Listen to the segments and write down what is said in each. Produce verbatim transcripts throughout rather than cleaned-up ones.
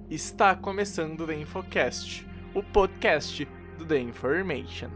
Está começando o The Infocast, o podcast do The Information.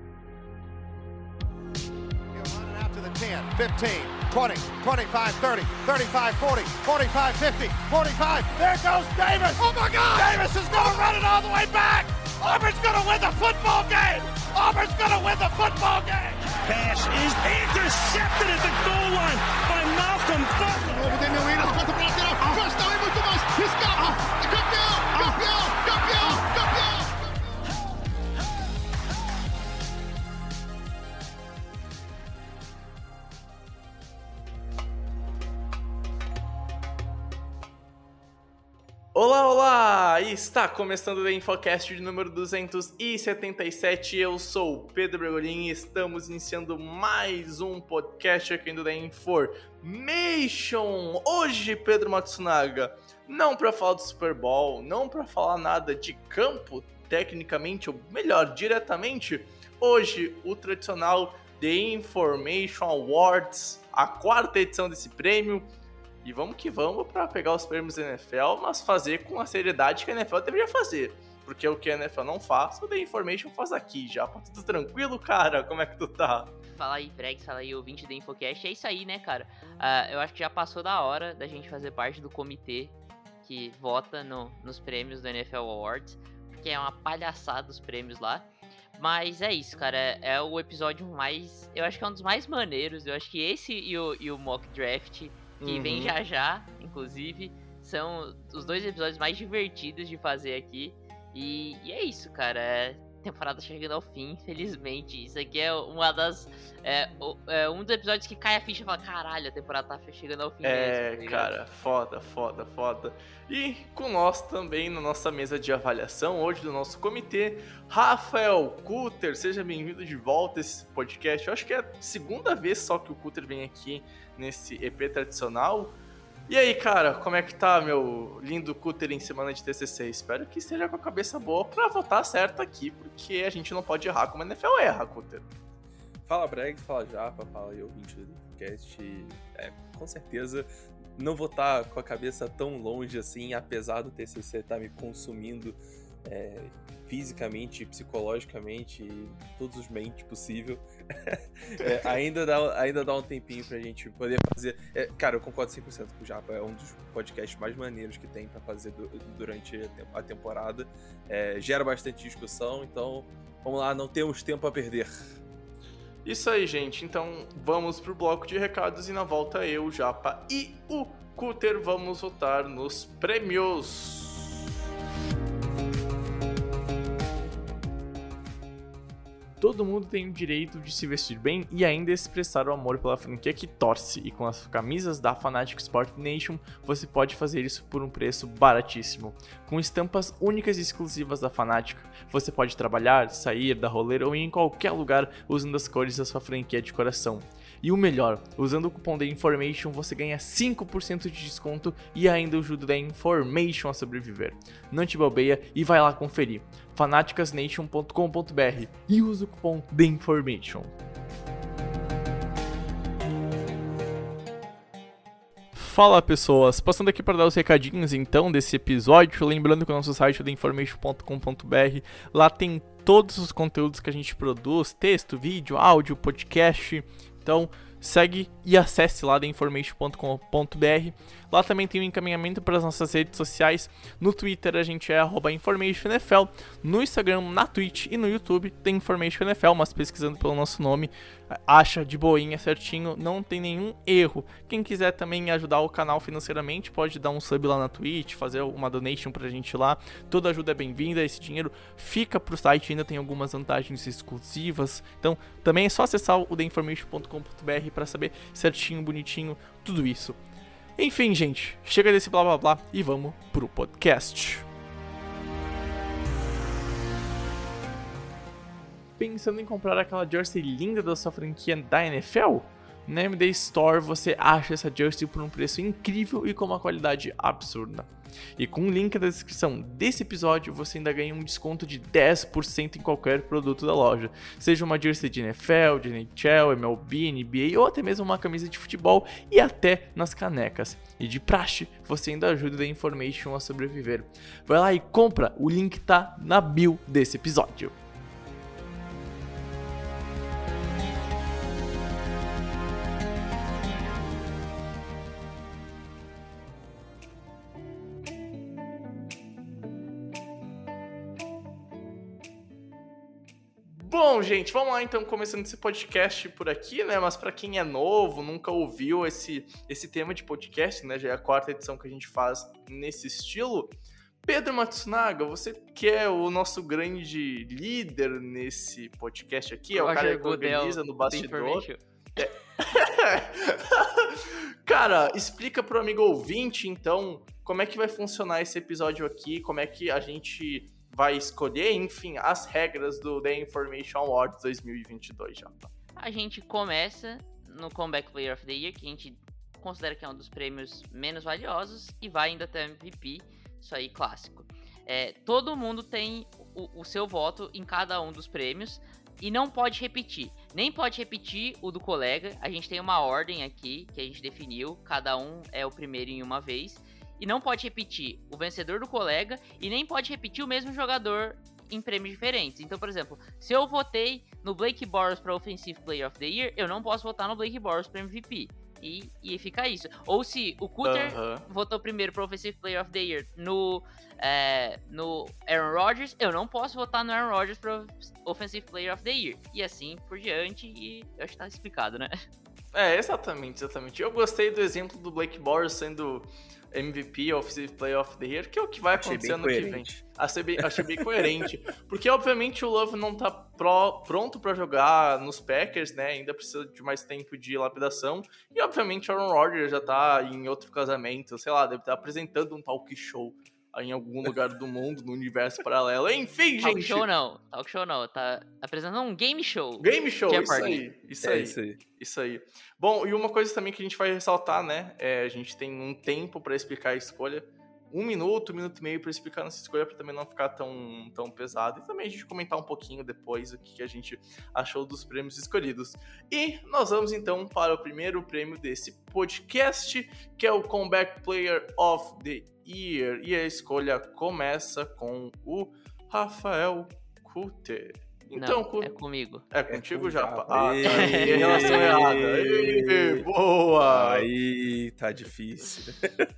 ten, fifteen, twenty, twenty-five, thirty, thirty-five, forty, forty-five, fifty, forty-five. There goes Davis. Oh my God! Davis is going to run it all the way back. Auburn's going to win the football game. Auburn's going to win the football game. Pass is intercepted at the goal line by Malcolm Butler. Novo Damian Williams, contra o lateral. First down e muito mais. Escapa. Campeão, campeão, campeão, campeão. Olá, olá! Está começando o The Infocast de número duzentos e setenta e sete. Eu sou o Pedro Bregolin e estamos iniciando mais um podcast aqui do The Information. Hoje, Pedro Matsunaga, não para falar do Super Bowl, não para falar nada de campo, tecnicamente, ou melhor, diretamente. Hoje, o tradicional The Information Awards, a quarta edição desse prêmio. E vamos que vamos para pegar os prêmios da N F L, mas fazer com a seriedade que a N F L deveria fazer. Porque o que a N F L não faz, o The Information faz aqui já. Tá tudo tranquilo, cara? Como é que tu tá? Fala aí, Bregs, fala aí, ouvinte do Infocast. É isso aí, né, cara? Uh, eu acho que já passou da hora da gente fazer parte do comitê que vota no, nos prêmios do N F L Awards, porque é uma palhaçada os prêmios lá. Mas é isso, cara, é, é o episódio mais... Eu acho que é um dos mais maneiros. Eu acho que esse e o, e o Mock Draft... que uhum. vem já já, inclusive, são os dois episódios mais divertidos de fazer aqui. E, e é isso, cara. É, a temporada chegando ao fim, infelizmente. Isso aqui é uma das. É, é um dos episódios que cai a ficha e fala: caralho, a temporada tá chegando ao fim. É, mesmo, tá cara, foda, foda, foda. E com nós também na nossa mesa de avaliação, hoje do nosso comitê, Rafael Cutter. Seja bem-vindo de volta a esse podcast. Eu acho que é a segunda vez só que o Cutter vem aqui nesse E P tradicional. E aí, cara, como é que tá, meu lindo Cutter em semana de T C C? Espero que esteja com a cabeça boa pra votar certo aqui, porque a gente não pode errar como a N F L erra, Cutter. Fala Breg, fala Japa, fala aí ouvinte do podcast. É, com certeza não vou estar com a cabeça tão longe assim, apesar do T C C estar me consumindo é, fisicamente, psicologicamente, e todos os mentes possível. é, ainda, dá, ainda dá um tempinho pra gente poder fazer. É, cara, eu concordo cem por cento com o Japa, é um dos podcasts mais maneiros que tem pra fazer do, durante a temporada. É, gera bastante discussão, então vamos lá, não temos tempo a perder. Isso aí, gente. Então vamos pro bloco de recados e na volta eu, o Japa e o Cutter vamos votar nos prêmios. Todo mundo tem o direito de se vestir bem e ainda expressar o amor pela franquia que torce, e com as camisas da Fanatic Sport Nation você pode fazer isso por um preço baratíssimo. Com estampas únicas e exclusivas da Fanatic, você pode trabalhar, sair, dar rolê ou ir em qualquer lugar usando as cores da sua franquia de coração. E o melhor, usando o cupom The Information você ganha cinco por cento de desconto e ainda ajuda a Information a sobreviver. Não te bobeia e vai lá conferir. fanaticas nation ponto com ponto b r e usa o cupom The Information. Fala pessoas, passando aqui para dar os recadinhos então desse episódio, lembrando que o nosso site é the information ponto com ponto b r, lá tem todos os conteúdos que a gente produz, texto, vídeo, áudio, podcast, então segue e acesse lá the information ponto com ponto b r. Lá também tem um encaminhamento para as nossas redes sociais. No Twitter a gente é arroba InformationNFL, no Instagram, na Twitch e no YouTube tem InformationNFL, mas pesquisando pelo nosso nome acha de boinha certinho, não tem nenhum erro. Quem quiser também ajudar o canal financeiramente pode dar um sub lá na Twitch, fazer uma donation pra gente lá, toda ajuda é bem-vinda, esse dinheiro fica pro site, ainda tem algumas vantagens exclusivas, então também é só acessar o the information ponto com ponto b r para saber certinho, bonitinho, tudo isso. Enfim, gente, chega desse blá blá blá e vamos pro podcast. Pensando em comprar aquela jersey linda da sua franquia da N F L? Na M D Store você acha essa jersey por um preço incrível e com uma qualidade absurda. E com o link da descrição desse episódio, você ainda ganha um desconto de dez por cento em qualquer produto da loja. Seja uma jersey de N F L, de N H L, M L B, N B A ou até mesmo uma camisa de futebol e até nas canecas. E de praxe, você ainda ajuda a Information a sobreviver. Vai lá e compra, o link tá na bio desse episódio. Bom, gente, vamos lá então, começando esse podcast por aqui, né? Mas para quem é novo, nunca ouviu esse, esse tema de podcast, né? Já é a quarta edição que a gente faz nesse estilo. Pedro Matsunaga, você que é o nosso grande líder nesse podcast aqui, é o cara que organiza no bastidor. É. Cara, explica pro amigo ouvinte, então, como é que vai funcionar esse episódio aqui, como é que a gente vai escolher, enfim, as regras do The Information Awards dois mil e vinte e dois, já. A gente começa no Comeback Player of the Year, que a gente considera que é um dos prêmios menos valiosos, e vai ainda até M V P, isso aí clássico. É, todo mundo tem o, o seu voto em cada um dos prêmios, e não pode repetir. Nem pode repetir o do colega, a gente tem uma ordem aqui, que a gente definiu, cada um é o primeiro em uma vez, e não pode repetir o vencedor do colega e nem pode repetir o mesmo jogador em prêmios diferentes. Então, por exemplo, se eu votei no Blake Bortles para Offensive Player of the Year, eu não posso votar no Blake Bortles para M V P. E, e fica isso. Ou se o Cutter uh-huh. votou primeiro para Offensive Player of the Year no, é, no Aaron Rodgers, eu não posso votar no Aaron Rodgers para Offensive Player of the Year. E assim por diante, e eu acho que tá explicado, né? É, exatamente, exatamente. Eu gostei do exemplo do Blake Bortles sendo M V P, Offensive Player of the Year, que é o que vai acontecer ano que vem. Achei bem, achei bem coerente. Porque, obviamente, o Love não tá pro, pronto pra jogar nos Packers, né? Ainda precisa de mais tempo de lapidação. E, obviamente, o Aaron Rodgers já tá em outro casamento, sei lá, deve estar apresentando um talk show em algum lugar do mundo, no universo paralelo. Enfim, talk gente! Talk show não, talk show não, tá apresentando um game show. Game show, isso aí, isso, é aí, isso aí, isso aí. Bom, e uma coisa também que a gente vai ressaltar, né, é, a gente tem um tempo pra explicar a escolha, um minuto, um minuto e meio pra explicar nossa escolha, pra também não ficar tão, tão pesado, e também a gente comentar um pouquinho depois o que a gente achou dos prêmios escolhidos. E nós vamos então para o primeiro prêmio desse podcast, que é o Comeback Player of the Year, e a escolha começa com o Rafael Cutter. Então, não, cu... é comigo. É contigo, é Japa? Ah, tá em relação errada. Ei, boa! Aí, tá difícil.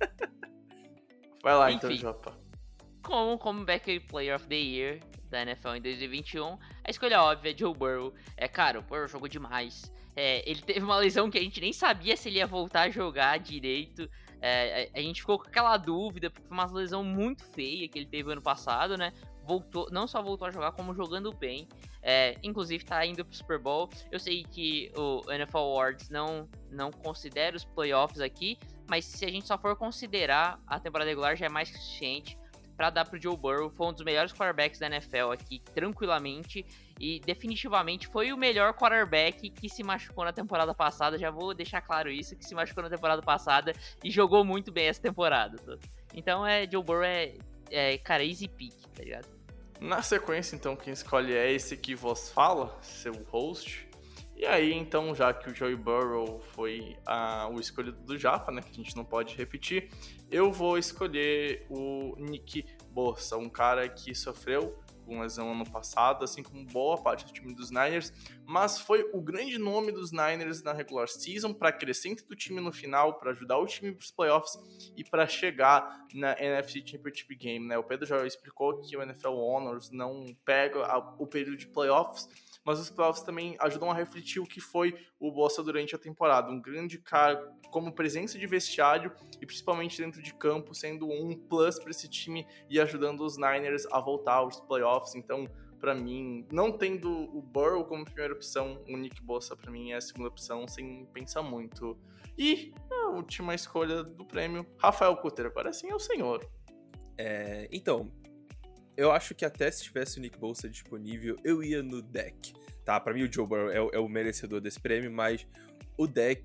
Vai lá, Enfim, então, Japa. Como o Comeback Player of the Year da N F L em dois mil e vinte e um, a escolha óbvia é Joe Burrow. É, cara, o Burrow jogou demais. É, ele teve uma lesão que a gente nem sabia se ele ia voltar a jogar direito. É, a, a gente ficou com aquela dúvida, porque foi uma lesão muito feia que ele teve ano passado, né? Voltou, não só voltou a jogar, como jogando bem. É, inclusive tá indo pro Super Bowl. Eu sei que o N F L Awards não, não considera os playoffs aqui, mas se a gente só for considerar a temporada regular, já é mais que suficiente para dar pro Joe Burrow. Foi um dos melhores quarterbacks da N F L aqui, tranquilamente, e definitivamente foi o melhor quarterback que se machucou na temporada passada. Já vou deixar claro isso, que se machucou na temporada passada e jogou muito bem essa temporada. Então, é, Joe Burrow é, é cara, easy pick, tá ligado? Na sequência, então, quem escolhe é esse que vos fala, seu host. E aí, então, já que o Joe Burrow foi a, o escolhido do Japa, né, que a gente não pode repetir, eu vou escolher o Nick Bosa, um cara que sofreu com lesão ano passado, assim como boa parte do time dos Niners, mas foi o grande nome dos Niners na regular season para crescente do time no final, para ajudar o time para os playoffs e para chegar na N F C Championship Game, né? O Pedro já explicou que o N F L Honors não pega a, o período de playoffs, mas os playoffs também ajudam a refletir o que foi o Bosa durante a temporada. Um grande cara como presença de vestiário e principalmente dentro de campo, sendo um plus para esse time e ajudando os Niners a voltar aos playoffs. Então, para mim, não tendo o Burrow como primeira opção, o Nick Bosa para mim é a segunda opção, sem pensar muito. E a última escolha do prêmio, Rafael Cutter. Agora sim é o senhor. É, então... Eu acho que até se tivesse o Nick Bosa disponível, eu ia no deck, tá? Pra mim o Joe Burrow é o, é o merecedor desse prêmio, mas o deck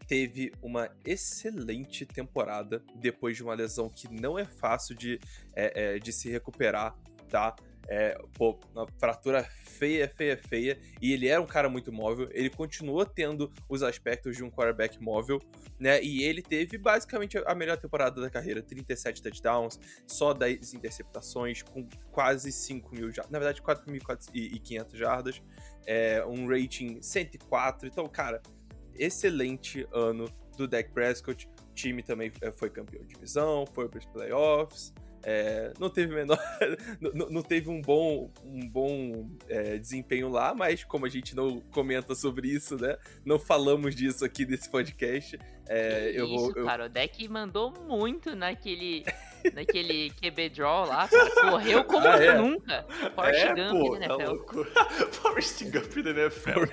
teve uma excelente temporada depois de uma lesão que não é fácil de, é, é, de se recuperar, tá? É, pô, uma fratura feia, feia, feia, e ele era um cara muito móvel, ele continuou tendo os aspectos de um quarterback móvel, né, e ele teve basicamente a melhor temporada da carreira, trinta e sete touchdowns, só dez interceptações, com quase cinco mil jardas, na verdade quatro mil e quinhentas jardas, é, um rating cento e quatro, então, cara, excelente ano do Dak Prescott. O time também foi campeão de divisão, foi para os playoffs, é, não teve menor, não, não teve um bom, um bom é, desempenho lá, mas como a gente não comenta sobre isso, né, não falamos disso aqui nesse podcast. É, que eu isso, vou, eu... cara, o Dak mandou muito naquele, naquele Q B draw lá, cara. Correu como ah, é? nunca. Forrest é, Gump pô, da tá N F L. louco. Forrest Gump da N F L.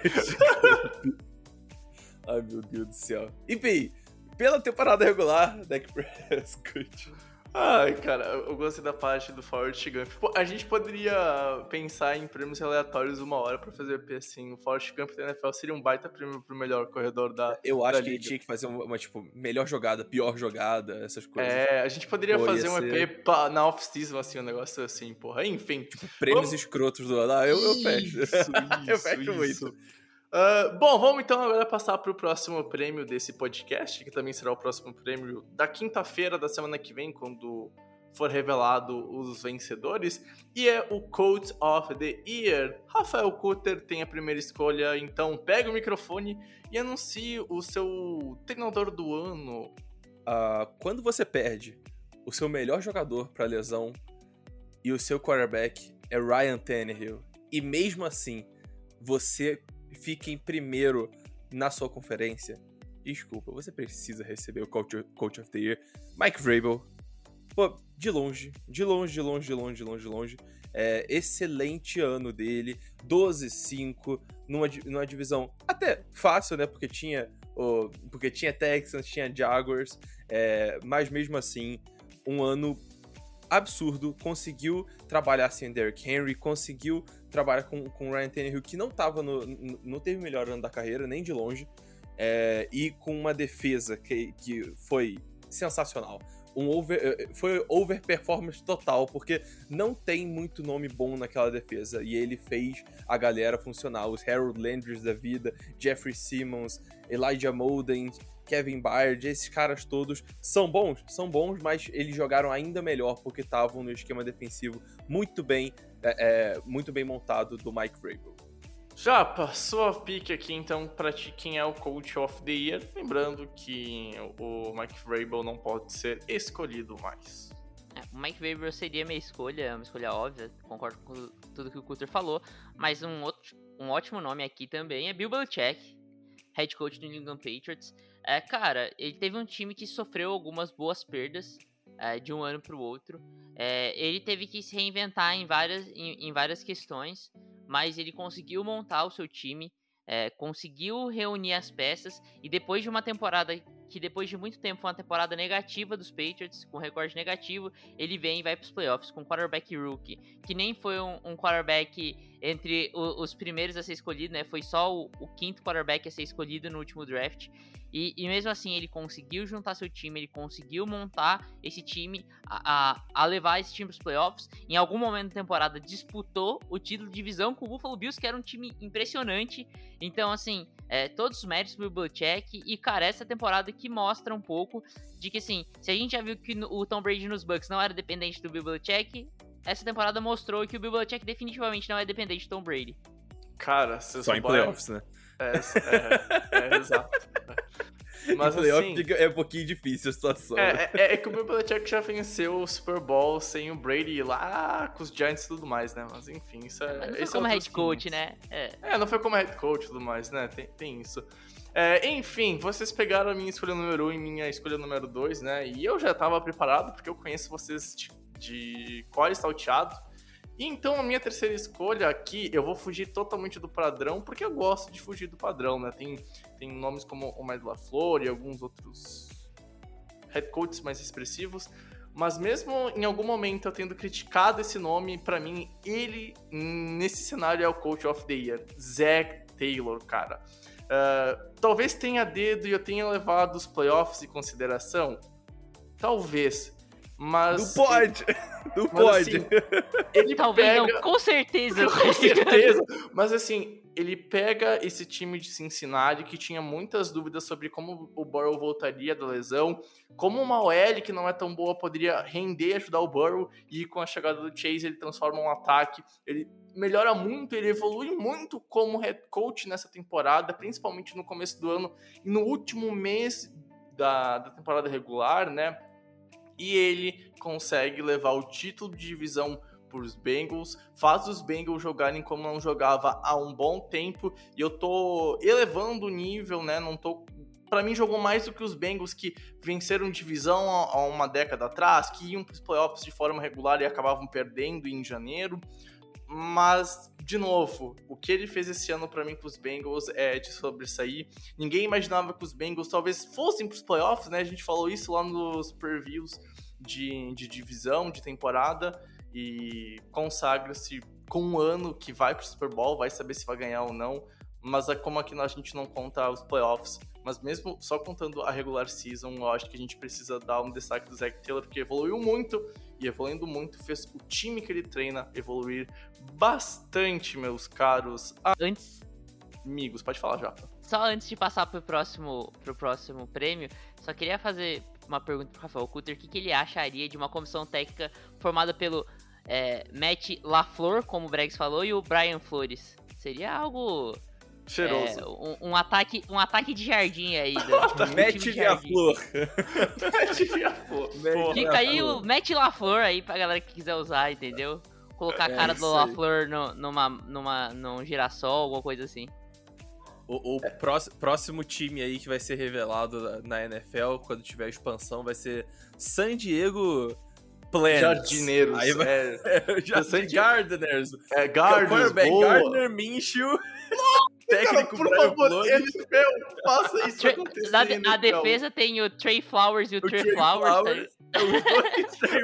Ai, meu Deus do céu. Enfim, pela temporada regular, Dak Prescott. Ai, cara, eu gostei da parte do Forrest Gump. Pô, a gente poderia pensar em prêmios aleatórios uma hora pra fazer o P assim. O Forrest Gump da N F L seria um baita prêmio pro melhor corredor da Eu acho da que liga. ele tinha que fazer uma, uma, tipo, melhor jogada, pior jogada, essas coisas. É, a gente poderia Pô, fazer ia um ser- E P pra- na off-season, assim, um negócio assim, porra. Enfim. Prêmios Vamos- escrotos do ano. Ah, eu, eu fecho. Isso, eu isso, fecho isso. muito. Ah, bom, vamos então agora passar para o próximo prêmio desse podcast, que também será o próximo prêmio da quinta-feira da semana que vem, quando for revelado os vencedores, e é o Coach of the Year. Rafael Cutter tem a primeira escolha, então pega o microfone e anuncie o seu treinador do ano. Ah, quando você perde o seu melhor jogador pra lesão e o seu quarterback é Ryan Tannehill, e mesmo assim você fica em primeiro na sua conferência, desculpa, você precisa receber o Coach, Coach of the Year, Mike Vrabel. Pô, de longe, de longe, de longe, de longe, de longe, de longe. É, excelente ano dele, doze cinco, numa, numa divisão até fácil, né? Porque tinha, oh, porque tinha Texans, tinha Jaguars, é, mas mesmo assim, um ano absurdo. Conseguiu trabalhar sem Derrick Henry, conseguiu trabalhar com o Ryan Tannehill, que não, tava no, não teve o melhor ano da carreira, nem de longe, é, e com uma defesa que, que foi sensacional. Um over, foi over performance total, porque não tem muito nome bom naquela defesa, e ele fez a galera funcionar. Os Harold Landrys da vida, Jeffrey Simmons, Elijah Molden, Kevin Byard, esses caras todos são bons, são bons, mas eles jogaram ainda melhor porque estavam no esquema defensivo muito bem, é, é, muito bem montado do Mike Vrabel. Japa, sua pick aqui então pra ti, quem é o Coach of the Year. Lembrando que o Mike Vrabel não pode ser escolhido mais. É, o Mike Vrabel seria minha escolha, uma escolha óbvia, concordo com tudo que o Cutter falou, mas um, outro, um ótimo nome aqui também é Bill Belichick, head coach do New England Patriots. É, cara, ele teve um time que sofreu algumas boas perdas é, de um ano pro outro. É, ele teve que se reinventar em várias, em, em várias questões, mas ele conseguiu montar o seu time, é, conseguiu reunir as peças, e depois de uma temporada que depois de muito tempo foi uma temporada negativa dos Patriots, com recorde negativo, ele vem e vai para os playoffs com um quarterback rookie, que nem foi um, um quarterback entre o, os primeiros a ser escolhido, né? Foi só o, o quinto quarterback a ser escolhido no último draft. E, e mesmo assim ele conseguiu juntar seu time, ele conseguiu montar esse time a, a, a levar esse time para os playoffs. Em algum momento da temporada disputou o título de divisão com o Buffalo Bills, que era um time impressionante. Então assim, é, todos os méritos pro Belichick. E cara, essa temporada que mostra um pouco de que assim, se a gente já viu que o Tom Brady nos Bucks não era dependente do Bill Belichick, essa temporada mostrou que o Bill Belichick definitivamente não é dependente do Tom Brady. Cara, você Só em playoffs, né? É, é, é, exato. Mas em playoff assim, fica- é um pouquinho difícil a situação. né? é, é, é que o Bill Belichick já venceu o Super Bowl sem o Brady lá com os Giants e tudo mais, né? Mas enfim, isso é... Mas não foi esse como é head outros coach, quinhentos. né? É. É, não foi como head coach e tudo mais, né? Tem, tem isso. É, enfim, vocês pegaram a minha escolha número um e minha escolha número dois, né? E eu já tava preparado, porque eu conheço vocês de, de core salteado. E então a minha terceira escolha aqui, eu vou fugir totalmente do padrão, porque eu gosto de fugir do padrão, né? Tem, tem nomes como o Matt LaFleur e alguns outros head coaches mais expressivos. Mas mesmo em algum momento eu tendo criticado esse nome, pra mim, ele, nesse cenário, é o Coach of the Year. Zac Taylor, cara. Uh, talvez tenha dedo e eu tenha levado os playoffs em consideração. Talvez. Mas. Não pode! Ele, mas, não pode! Assim, ele Talvez pega... não, com certeza. Com certeza. Mas assim, ele pega esse time de Cincinnati que tinha muitas dúvidas sobre como o Burrow voltaria da lesão, como uma O L que não é tão boa poderia render e ajudar o Burrow, e com a chegada do Chase ele transforma um ataque, ele melhora muito, ele evolui muito como head coach nessa temporada, principalmente no começo do ano e no último mês da, da temporada regular, né? E ele consegue levar o título de divisão para os Bengals, faz os Bengals jogarem como não jogava há um bom tempo, e eu tô elevando o nível, né? Não tô... Para mim, jogou mais do que os Bengals que venceram divisão há uma década atrás, que iam para os playoffs de forma regular e acabavam perdendo em janeiro. Mas, de novo, o que ele fez esse ano para mim com os Bengals é de sobressair. Ninguém imaginava que os Bengals talvez fossem para os playoffs, né? A gente falou isso lá nos previews de, de divisão, de temporada, e consagra-se com um ano que vai para o Super Bowl, vai saber se vai ganhar ou não. Mas é como aqui a gente não conta os playoffs, mas mesmo só contando a regular season, eu acho que a gente precisa dar um destaque do Zac Taylor, porque evoluiu muito, e evoluindo muito fez o time que ele treina evoluir bastante, meus caros Antes... amigos. Pode falar já. Só antes de passar pro próximo, pro próximo prêmio, só queria fazer uma pergunta pro Rafael Cutter, o que, que ele acharia de uma comissão técnica formada pelo é, Matt LaFleur, como o Bregs falou, e o Brian Flores. Seria algo... Cheiroso. É, um, um, ataque, um ataque de jardim aí. Do, do Matt LaFleur. Matt Fica aí o Matt LaFleur aí pra galera que quiser usar, entendeu? Colocar a cara é do LaFleur no, numa, numa, num girassol, alguma coisa assim. O, o é. próximo, próximo time aí que vai ser revelado na N F L, quando tiver expansão, vai ser San Diego Plants. Jardineiros. Aí vai, é, é, Jard Gardeners. É, Gardeners, Gardner Minshew. Técnico cara, por favor, N F L, faça isso Tra- acontecer. Na, na defesa tem o Trey Flowers e o, o Trey, Trey Flowers. Flowers tá... Os dois Trey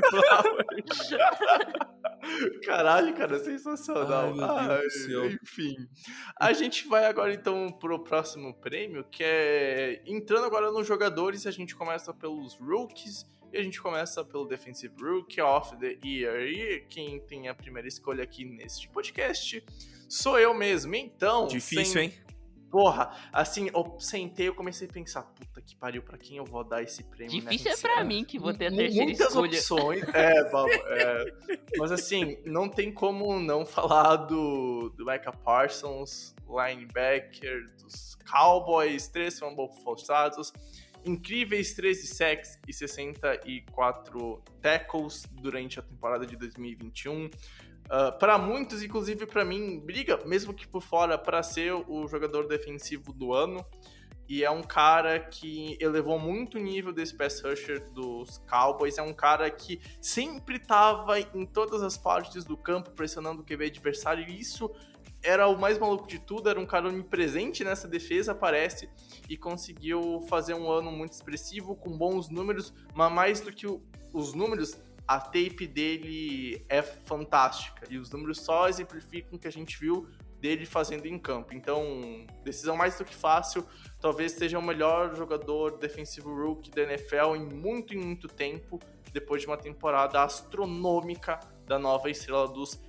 Flowers. Caralho, cara, sensacional. Ai, ah, enfim. A gente vai agora então pro próximo prêmio, que é entrando agora nos jogadores. A gente começa pelos rookies e a gente começa pelo Defensive Rookie of the Year. E quem tem a primeira escolha aqui neste podcast sou eu mesmo. Então, difícil, sem... hein? Porra, assim, eu sentei, eu comecei a pensar, puta que pariu, pra quem eu vou dar esse prêmio? Difícil né? é pra mim, que vou ter a terceira Muitas escolha. Muitas opções, é, babo, é, mas assim, não tem como não falar do, do Micah Parsons, linebacker dos Cowboys, três fumbles forçados, incríveis treze sacks e sessenta e quatro tackles durante a temporada de dois mil e vinte e um. Uh, para muitos, inclusive para mim, briga, mesmo que por fora, para ser o jogador defensivo do ano. E é um cara que elevou muito o nível desse pass rusher dos Cowboys. É um cara que sempre estava em todas as partes do campo pressionando o Q B adversário. E isso era o mais maluco de tudo. Era um cara onipresente nessa defesa, parece. E conseguiu fazer um ano muito expressivo, com bons números. Mas mais do que o, os números... a tape dele é fantástica, e os números só exemplificam o que a gente viu dele fazendo em campo. Então, decisão mais do que fácil, talvez seja o melhor jogador defensivo rookie da N F L em muito e muito tempo, depois de uma temporada astronômica da nova estrela dos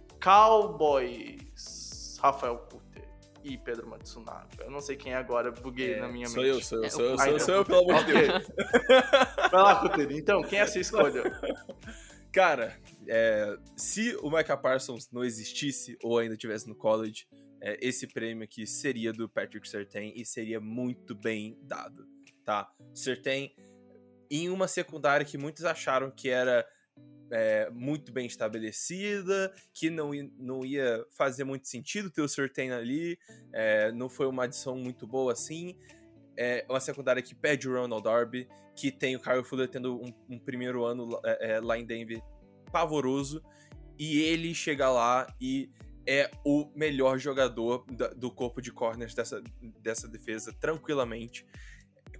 Cowboys, Rafael Cutter e Pedro Matsunaga. Eu não sei quem é agora, buguei é, na minha sou mente. Eu, sou eu, é, sou eu, ah, sou eu, então, sou eu, pelo amor de okay. Deus. Vai lá, Cutter. Então, quem é essa escolha? Cara, é, se o Micah Parsons não existisse ou ainda estivesse no college, é, esse prêmio aqui seria do Patrick Surtain e seria muito bem dado, tá? Surtain em uma secundária que muitos acharam que era é, muito bem estabelecida, que não, não ia fazer muito sentido ter o Surtain ali, é, não foi uma adição muito boa assim. É uma secundária que pede o Ronald Darby, que tem o Kyle Fuller tendo um, um primeiro ano é, é, lá em Denver pavoroso, e ele chega lá e é o melhor jogador da, do corpo de corners dessa, dessa defesa, tranquilamente.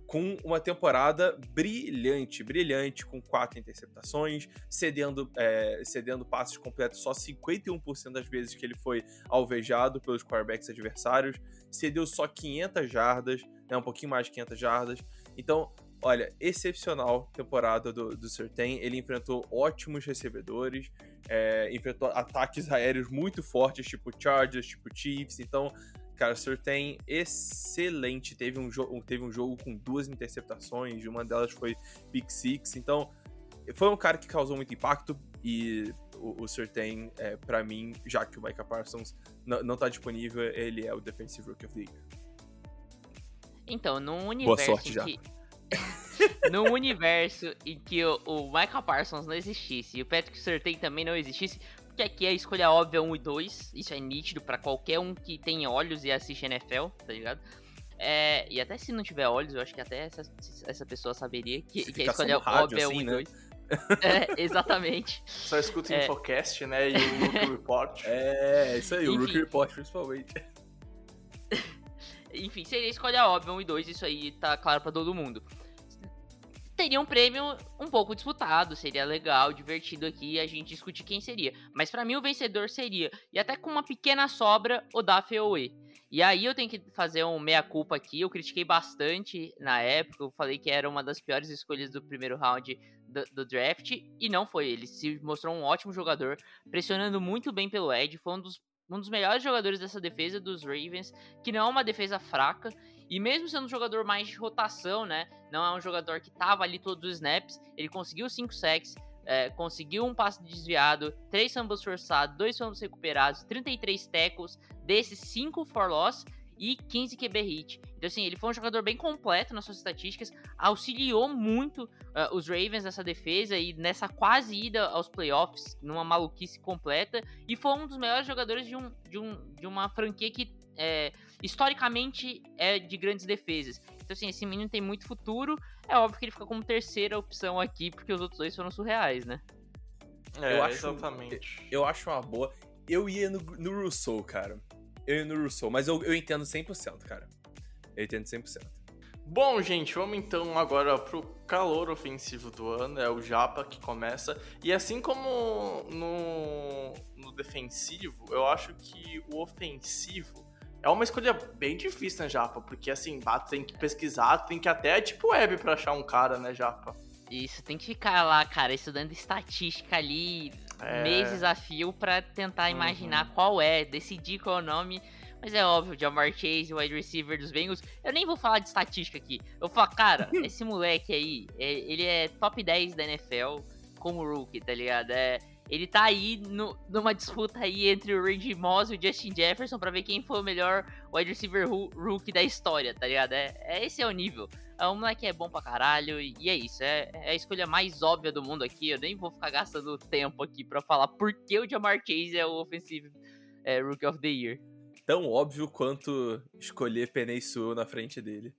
com uma temporada brilhante, brilhante, com quatro interceptações, cedendo, é, cedendo passes completos só cinquenta e um por cento das vezes que ele foi alvejado pelos quarterbacks adversários, cedeu só quinhentas jardas, né, um pouquinho mais de quinhentas jardas. Então, olha, excepcional temporada do, do Surtain. Ele enfrentou ótimos recebedores, é, enfrentou ataques aéreos muito fortes, tipo Chargers, tipo Chiefs. Então, cara, o Surtain, excelente. Teve um, jo- teve um jogo com duas interceptações, uma delas foi pick six. Então, foi um cara que causou muito impacto. E o, o Surtain, é, pra mim, já que o Micah Parsons n- não tá disponível, ele é o Defensive Rookie of the Year. Então, num universo Boa sorte, em já. que... num universo em que o, o Micah Parsons não existisse e o Patrick Surtain também não existisse, porque aqui a escolha óbvia é um e dois, isso é nítido pra qualquer um que tem olhos e assiste N F L, tá ligado? É, e até se não tiver olhos, eu acho que até essa, essa pessoa saberia que, que a Fica só escolha no rádio, óbvia é um assim, e né? dois. É, exatamente. Só escuta o É. Infocast, né? E o Rookie Report. É, é isso aí, o Enfim. Rookie Report principalmente. Enfim, seria a escolha óbvia, um e dois, isso aí tá claro pra todo mundo. Teria um prêmio um pouco disputado, seria legal, divertido aqui a gente discutir quem seria. Mas pra mim o vencedor seria, e até com uma pequena sobra, o Odafe Oweh. E aí eu tenho que fazer um meia-culpa aqui, eu critiquei bastante na época, eu falei que era uma das piores escolhas do primeiro round do, do draft, e não foi, ele se mostrou um ótimo jogador, pressionando muito bem pelo edge, foi um dos, um dos melhores jogadores dessa defesa dos Ravens, que não é uma defesa fraca, e mesmo sendo um jogador mais de rotação, né, não é um jogador que tava ali todos os snaps, ele conseguiu cinco sacks, é, conseguiu um passe desviado, três fumbles forçados, dois fumbles recuperados, trinta e três tackles, desses cinco for loss e quinze Q B hit. Então assim, ele foi um jogador bem completo nas suas estatísticas, auxiliou muito uh, os Ravens nessa defesa e nessa quase ida aos playoffs, numa maluquice completa, e foi um dos melhores jogadores de, um, de, um, de uma franquia que é, historicamente é de grandes defesas. Então assim, esse menino tem muito futuro, é óbvio que ele fica como terceira opção aqui, porque os outros dois foram surreais, né? É, Eu acho- exatamente. Eu acho uma boa. Eu ia no, no Rousseau, cara. Eu ia no Rousseau, mas eu, eu entendo cem por cento, cara. Eu entendo cem por cento. Bom, gente, vamos então agora pro calor ofensivo do ano, é o Japa que começa. E assim como no, no defensivo, eu acho que o ofensivo é uma escolha bem difícil, né, Japa? Porque assim, bah, tu tem que pesquisar, tu tem que até tipo web pra achar um cara, né, Japa? Isso, tem que ficar lá, cara, estudando estatística ali, É. meses a fio pra tentar Uhum. imaginar qual é, decidir qual é o nome. Mas é óbvio, o Jamar Chase, o wide receiver dos Bengals, eu nem vou falar de estatística aqui. Eu vou falar, cara, esse moleque aí, é- ele é top dez da N F L como rookie, tá ligado? É, ele tá aí no- numa disputa aí entre o Randy Moss e o Justin Jefferson pra ver quem foi o melhor wide receiver ru- rookie da história, tá ligado? É, é esse é o nível. É um moleque é bom pra caralho e, e é isso. É, é a escolha mais óbvia do mundo aqui. Eu nem vou ficar gastando tempo aqui pra falar por que o Jamar Chase é o Offensive é, Rookie of the Year. Tão óbvio quanto escolher Penei Sewell na frente dele.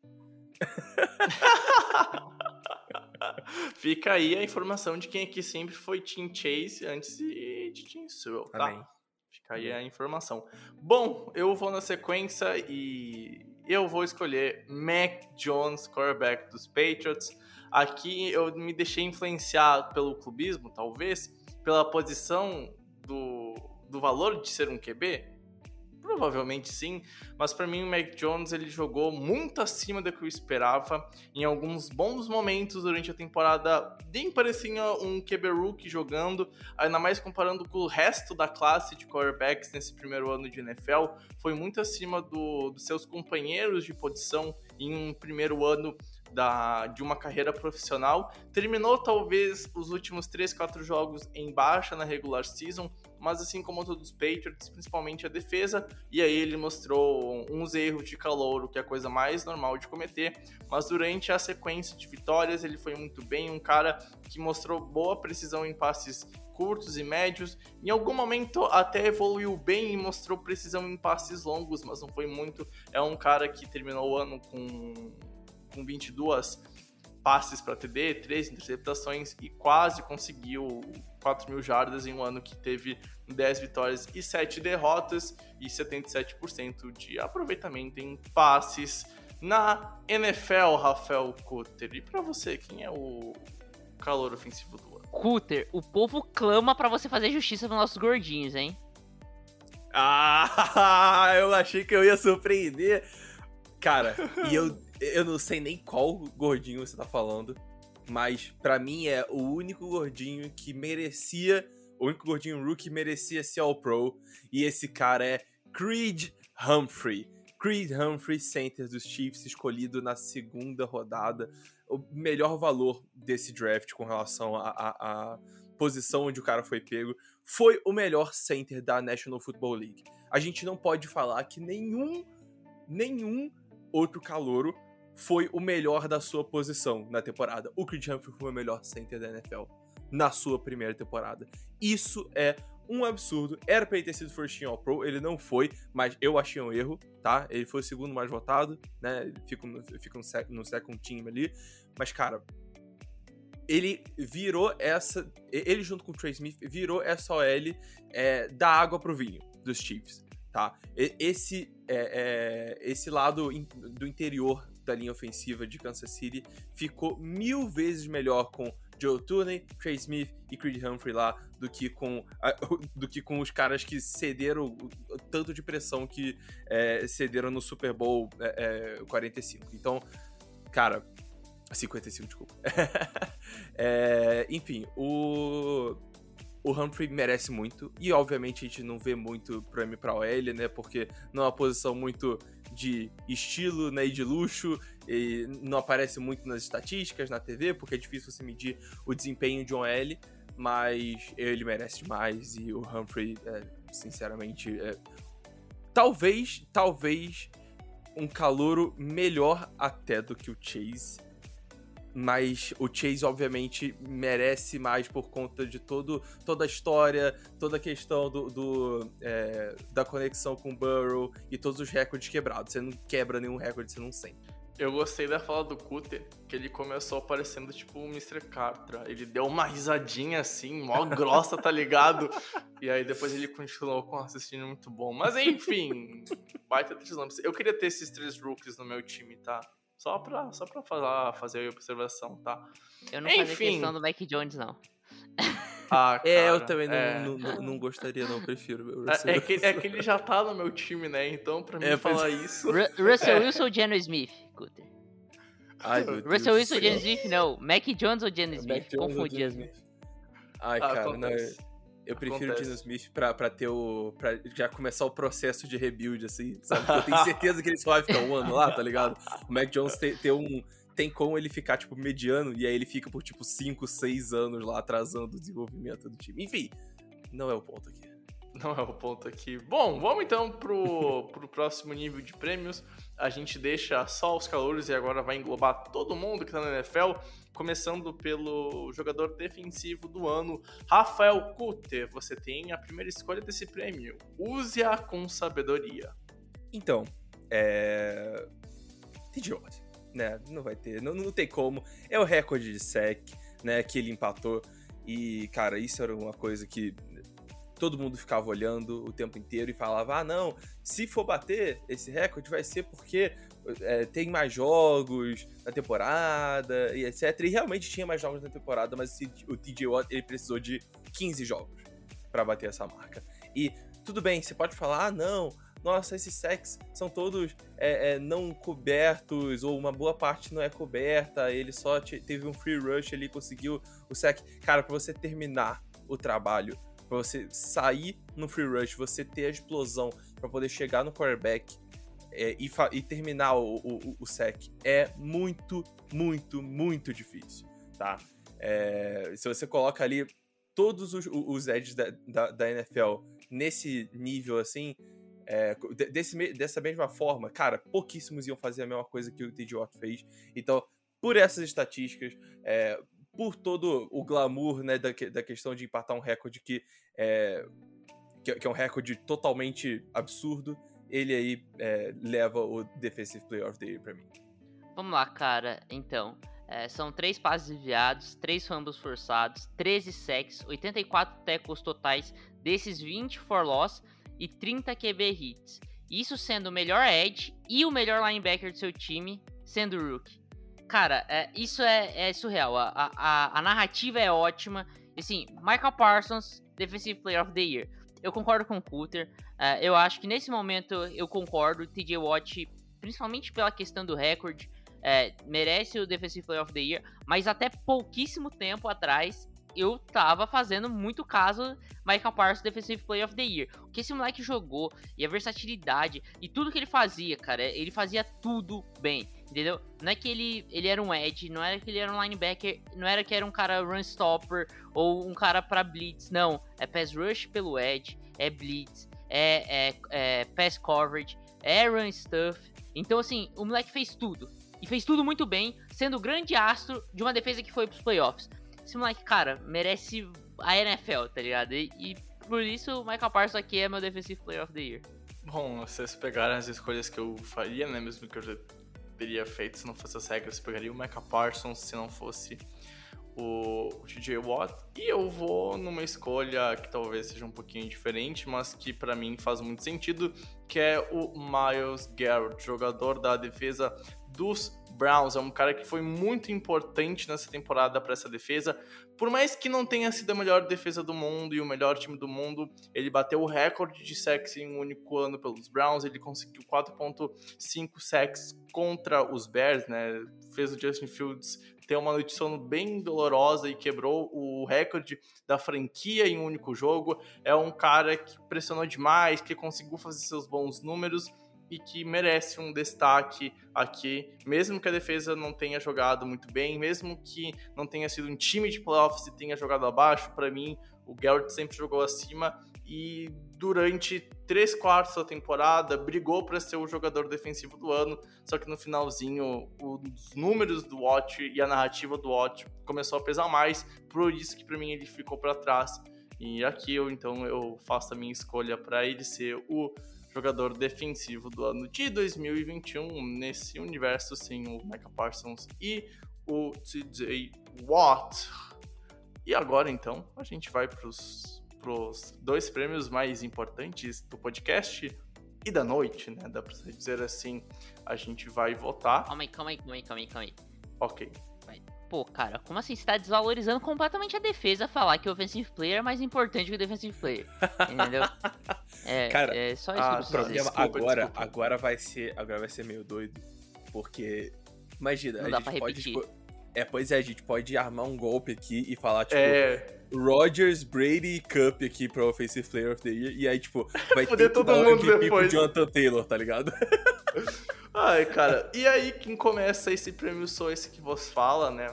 Fica aí a informação de quem aqui sempre foi Team Chase antes de, de Team Sewell, tá? Amém. Fica aí a informação. Bom, eu vou na sequência e eu vou escolher Mac Jones, quarterback dos Patriots. Aqui eu me deixei influenciar pelo clubismo, talvez, pela posição do, do valor de ser um Q B. Provavelmente sim, mas pra mim o Mac Jones ele jogou muito acima do que eu esperava. Em alguns bons momentos durante a temporada, nem parecia um Q B rookie jogando, ainda mais comparando com o resto da classe de quarterbacks nesse primeiro ano de N F L. Foi muito acima do, dos seus companheiros de posição em um primeiro ano da, de uma carreira profissional. Terminou talvez os últimos três, quatro jogos em baixa na regular season, mas assim como todos os Patriots, principalmente a defesa, e aí ele mostrou uns erros de calouro, que é a coisa mais normal de cometer, mas durante a sequência de vitórias ele foi muito bem, um cara que mostrou boa precisão em passes curtos e médios, em algum momento até evoluiu bem e mostrou precisão em passes longos, mas não foi muito. É um cara que terminou o ano com, com vinte e dois passes para T D, três interceptações e quase conseguiu quatro mil jardas em um ano que teve dez vitórias e sete derrotas e setenta e sete por cento de aproveitamento em passes. Na N F L, Rafael Cutter, e pra você, quem é o calor ofensivo do ano? Cutter, o povo clama pra você fazer justiça pros nossos gordinhos, hein? Ah, eu achei que eu ia surpreender. Cara, e eu, eu não sei nem qual gordinho você tá falando, mas pra mim é o único gordinho que merecia, o único gordinho rookie que merecia ser All-Pro, e esse cara é Creed Humphrey. Creed Humphrey, center dos Chiefs, escolhido na segunda rodada. O melhor valor desse draft com relação à posição onde o cara foi pego. Foi o melhor center da National Football League. A gente não pode falar que nenhum, nenhum outro calouro foi o melhor da sua posição na temporada. O Creed Humphrey foi o melhor center da N F L na sua primeira temporada. Isso é um absurdo. Era pra ele ter sido first team All-Pro, ele não foi, mas eu achei um erro, tá? Ele foi o segundo mais votado, né? Ele fica no, fica no, sec, no second team ali. Mas, cara, ele virou essa... Ele, junto com o Trey Smith, virou essa O L é, da água pro vinho dos Chiefs, tá? Esse, é, é, esse lado in, do interior da linha ofensiva de Kansas City ficou mil vezes melhor com Joe Tooney, Trey Smith e Creed Humphrey lá do que com, do que com os caras que cederam o tanto de pressão que é, cederam no Super Bowl é, é, quarenta e cinco. Então, cara, cinquenta e cinco, desculpa. é, enfim, o, o Humphrey merece muito e obviamente a gente não vê muito prêmio pra O L, né, porque não é uma posição muito de estilo, né, e de luxo, e não aparece muito nas estatísticas, na T V, porque é difícil você medir o desempenho de um O L, mas ele merece demais, e o Humphrey, é, sinceramente, é, talvez, talvez um calouro melhor até do que o Chase, mas o Chase, obviamente, merece mais por conta de todo, toda a história, toda a questão do, do, é, da conexão com o Burrow e todos os recordes quebrados. Você não quebra nenhum recorde, você não sente. Eu gostei da fala do Cutter, que ele começou parecendo tipo o mister Catra. Ele deu uma risadinha assim, mó grossa, tá ligado? E aí depois ele continuou com um raciocínio muito bom. Mas enfim, baita três lampos. Eu queria ter esses três rookies no meu time, tá? Só pra, só pra falar, fazer a observação, tá? Eu não Enfim. fazia questão do Mac Jones, não. Ah, cara, é, eu também não, é... não, não, não gostaria, não, prefiro. É, é, que, é que ele já tá no meu time, né? Então, pra mim é, falar pois... isso... Ru Russell é. Wilson ou Geno Smith, Cutter? Ai, meu Russell Deus Wilson ou Geno Smith, não. Mac Jones ou Geno Smith? Confundi as Smith. Ai, ah, cara, acontece. não... Eu prefiro Acontece. o Geno Smith pra, pra ter o... pra já começar o processo de rebuild, assim, sabe? Porque eu tenho certeza que ele só vai ficar um ano lá, tá ligado? O Mac Jones tem, tem um... Tem como ele ficar, tipo, mediano, e aí ele fica por, tipo, cinco, seis anos lá, atrasando o desenvolvimento do time. Enfim, não é o ponto aqui. Não é o ponto aqui. Bom, vamos então pro, pro próximo nível de prêmios. A gente deixa só os calouros e agora vai englobar todo mundo que tá na N F L, começando pelo jogador defensivo do ano, Rafael Cutter. Você tem a primeira escolha desse prêmio. Use-a com sabedoria. Então, é... T J Watt, né? Não vai ter, não, não tem como. É o recorde de sack, né, que ele empatou. E, cara, isso era uma coisa que todo mundo ficava olhando o tempo inteiro e falava, ah, não, se for bater esse recorde vai ser porque é, tem mais jogos na temporada e etcétera. E realmente tinha mais jogos na temporada, mas o T J Watt, ele precisou de quinze jogos pra bater essa marca. E tudo bem, você pode falar, ah, não, nossa, esses sacks são todos é, é, não cobertos, ou uma boa parte não é coberta, ele só te, teve um free rush ali, conseguiu o sack. Cara, pra você terminar o trabalho, pra você sair no free rush, você ter a explosão pra poder chegar no quarterback é, e, e terminar o, o, o sack, é muito, muito, muito difícil, tá? É, se você coloca ali todos os, os edges da, da, da N F L nesse nível assim, é, desse, dessa mesma forma, cara, pouquíssimos iam fazer a mesma coisa que o T J Watt fez. Então, por essas estatísticas, é, por todo o glamour, né, da, da questão de empatar um recorde que é, que, que é um recorde totalmente absurdo, ele aí é, leva o Defensive Player of the Year pra mim. Vamos lá, cara, então. É, são três passes desviados, três fumbles forçados, treze sacks, oitenta e quatro tackles totais, desses vinte for loss e trinta Q B hits. Isso sendo o melhor edge e o melhor linebacker do seu time, sendo o rookie. Cara, é, isso é, é surreal. A, a, a narrativa é ótima. Assim, Micah Parsons, Defensive Player of the Year. Eu concordo com o Coulter. Uh, eu acho que nesse momento eu concordo. T J Watt, principalmente pela questão do recorde, é, merece o Defensive Player of the Year. Mas até pouquíssimo tempo atrás, eu tava fazendo muito caso Micah Parsons Defensive Player of the Year. O que esse moleque jogou, e a versatilidade, e tudo que ele fazia, cara, ele fazia tudo bem, entendeu? Não é que ele, ele era um edge, não era que ele era um linebacker, não era que era um cara run stopper, ou um cara pra blitz, não. É pass rush pelo edge, é blitz, é, é, é pass coverage, é run stuff. Então, assim, o moleque fez tudo. E fez tudo muito bem, sendo o grande astro de uma defesa que foi pros playoffs. Esse moleque, cara, merece a N F L, tá ligado? E, e por isso o Micah Parsons aqui é meu Defensive Player of the Year. Bom, vocês pegaram as escolhas que eu faria, né? Mesmo que eu já teria feito se não fosse as regras. Eu pegaria o Micah Parsons se não fosse o T J Watt. E eu vou numa escolha que talvez seja um pouquinho diferente, mas que pra mim faz muito sentido, que é o Myles Garrett, jogador da defesa dos Browns. É um cara que foi muito importante nessa temporada para essa defesa. Por mais que não tenha sido a melhor defesa do mundo e o melhor time do mundo, ele bateu o recorde de sacks em um único ano pelos Browns. Ele conseguiu quatro ponto cinco sacks contra os Bears, né? Fez o Justin Fields ter uma noite de sono bem dolorosa e quebrou o recorde da franquia em um único jogo. É um cara que pressionou demais, que conseguiu fazer seus bons números e que merece um destaque aqui, mesmo que a defesa não tenha jogado muito bem, mesmo que não tenha sido um time de playoffs e tenha jogado abaixo. Para mim, o Garrett sempre jogou acima e durante três quartos da temporada brigou para ser o jogador defensivo do ano, só que no finalzinho os números do Watt e a narrativa do Watt começou a pesar mais, por isso que para mim ele ficou para trás. E aqui eu então eu faço a minha escolha para ele ser o jogador defensivo do ano de dois mil e vinte e um, nesse universo sem o Micah Parsons e o T J Watt. E agora, então, a gente vai para os dois prêmios mais importantes do podcast e da noite, né? Dá para dizer assim, a gente vai votar. Calma aí, calma aí, calma aí, calma aí, calma aí. Ok. Pô, cara, como assim? Você tá desvalorizando completamente a defesa falar que o offensive player é mais importante que o defensive player, entendeu? É, cara, é só isso ah, que eu o problema desculpa, agora, desculpa. agora vai ser, agora vai ser meio doido, porque imagina, Não a dá gente pra pode repetir. tipo, é, pois é, a gente pode armar um golpe aqui e falar tipo É, Rodgers, Brady e Cup aqui pra Offensive Player of the Year, e aí tipo vai Foder ter que todo dar o mundo M V P depois. pro Jonathan Taylor, tá ligado? ai, cara, e aí quem começa esse prêmio sou esse que vos fala, né?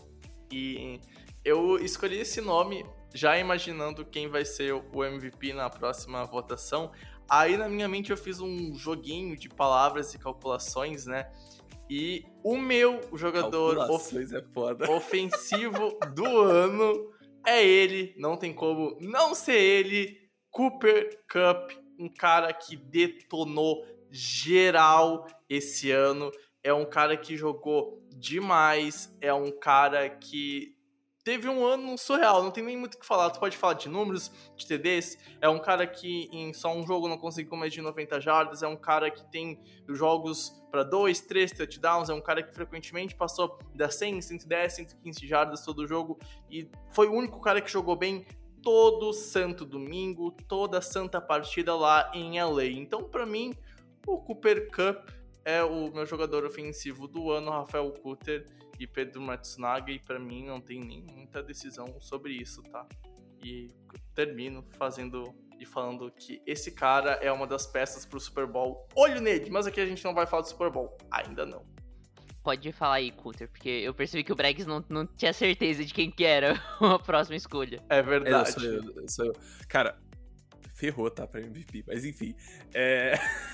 E eu escolhi esse nome já imaginando quem vai ser o M V P na próxima votação. Aí na minha mente eu fiz um joguinho de palavras e calculações, né? E o meu jogador of- Calculações é foda. ofensivo do ano é ele, não tem como não ser ele, Cooper Kupp, um cara que detonou geral esse ano, é um cara que jogou demais, é um cara que teve um ano surreal, não tem nem muito o que falar. Tu pode falar de números, de T Ds, é um cara que em só um jogo não conseguiu mais de noventa jardas, é um cara que tem jogos para dois, três touchdowns, é um cara que frequentemente passou das cem, cento e dez, cento e quinze jardas todo jogo, e foi o único cara que jogou bem todo santo domingo, toda santa partida lá em L A. Então, para mim, o Cooper Kupp é o meu jogador ofensivo do ano, Rafael Cutter e Pedro Matsunaga, e pra mim não tem nem muita decisão sobre isso, tá? E termino fazendo e falando que esse cara é uma das peças pro Super Bowl. Olho nele, mas aqui a gente não vai falar do Super Bowl, ainda não. Pode falar aí, Coulter, porque eu percebi que o Bregs não, não tinha certeza de quem que era a próxima escolha. É É, verdade. eu sou eu, eu sou eu. Cara, ferrou, tá, pra M V P, mas enfim. É...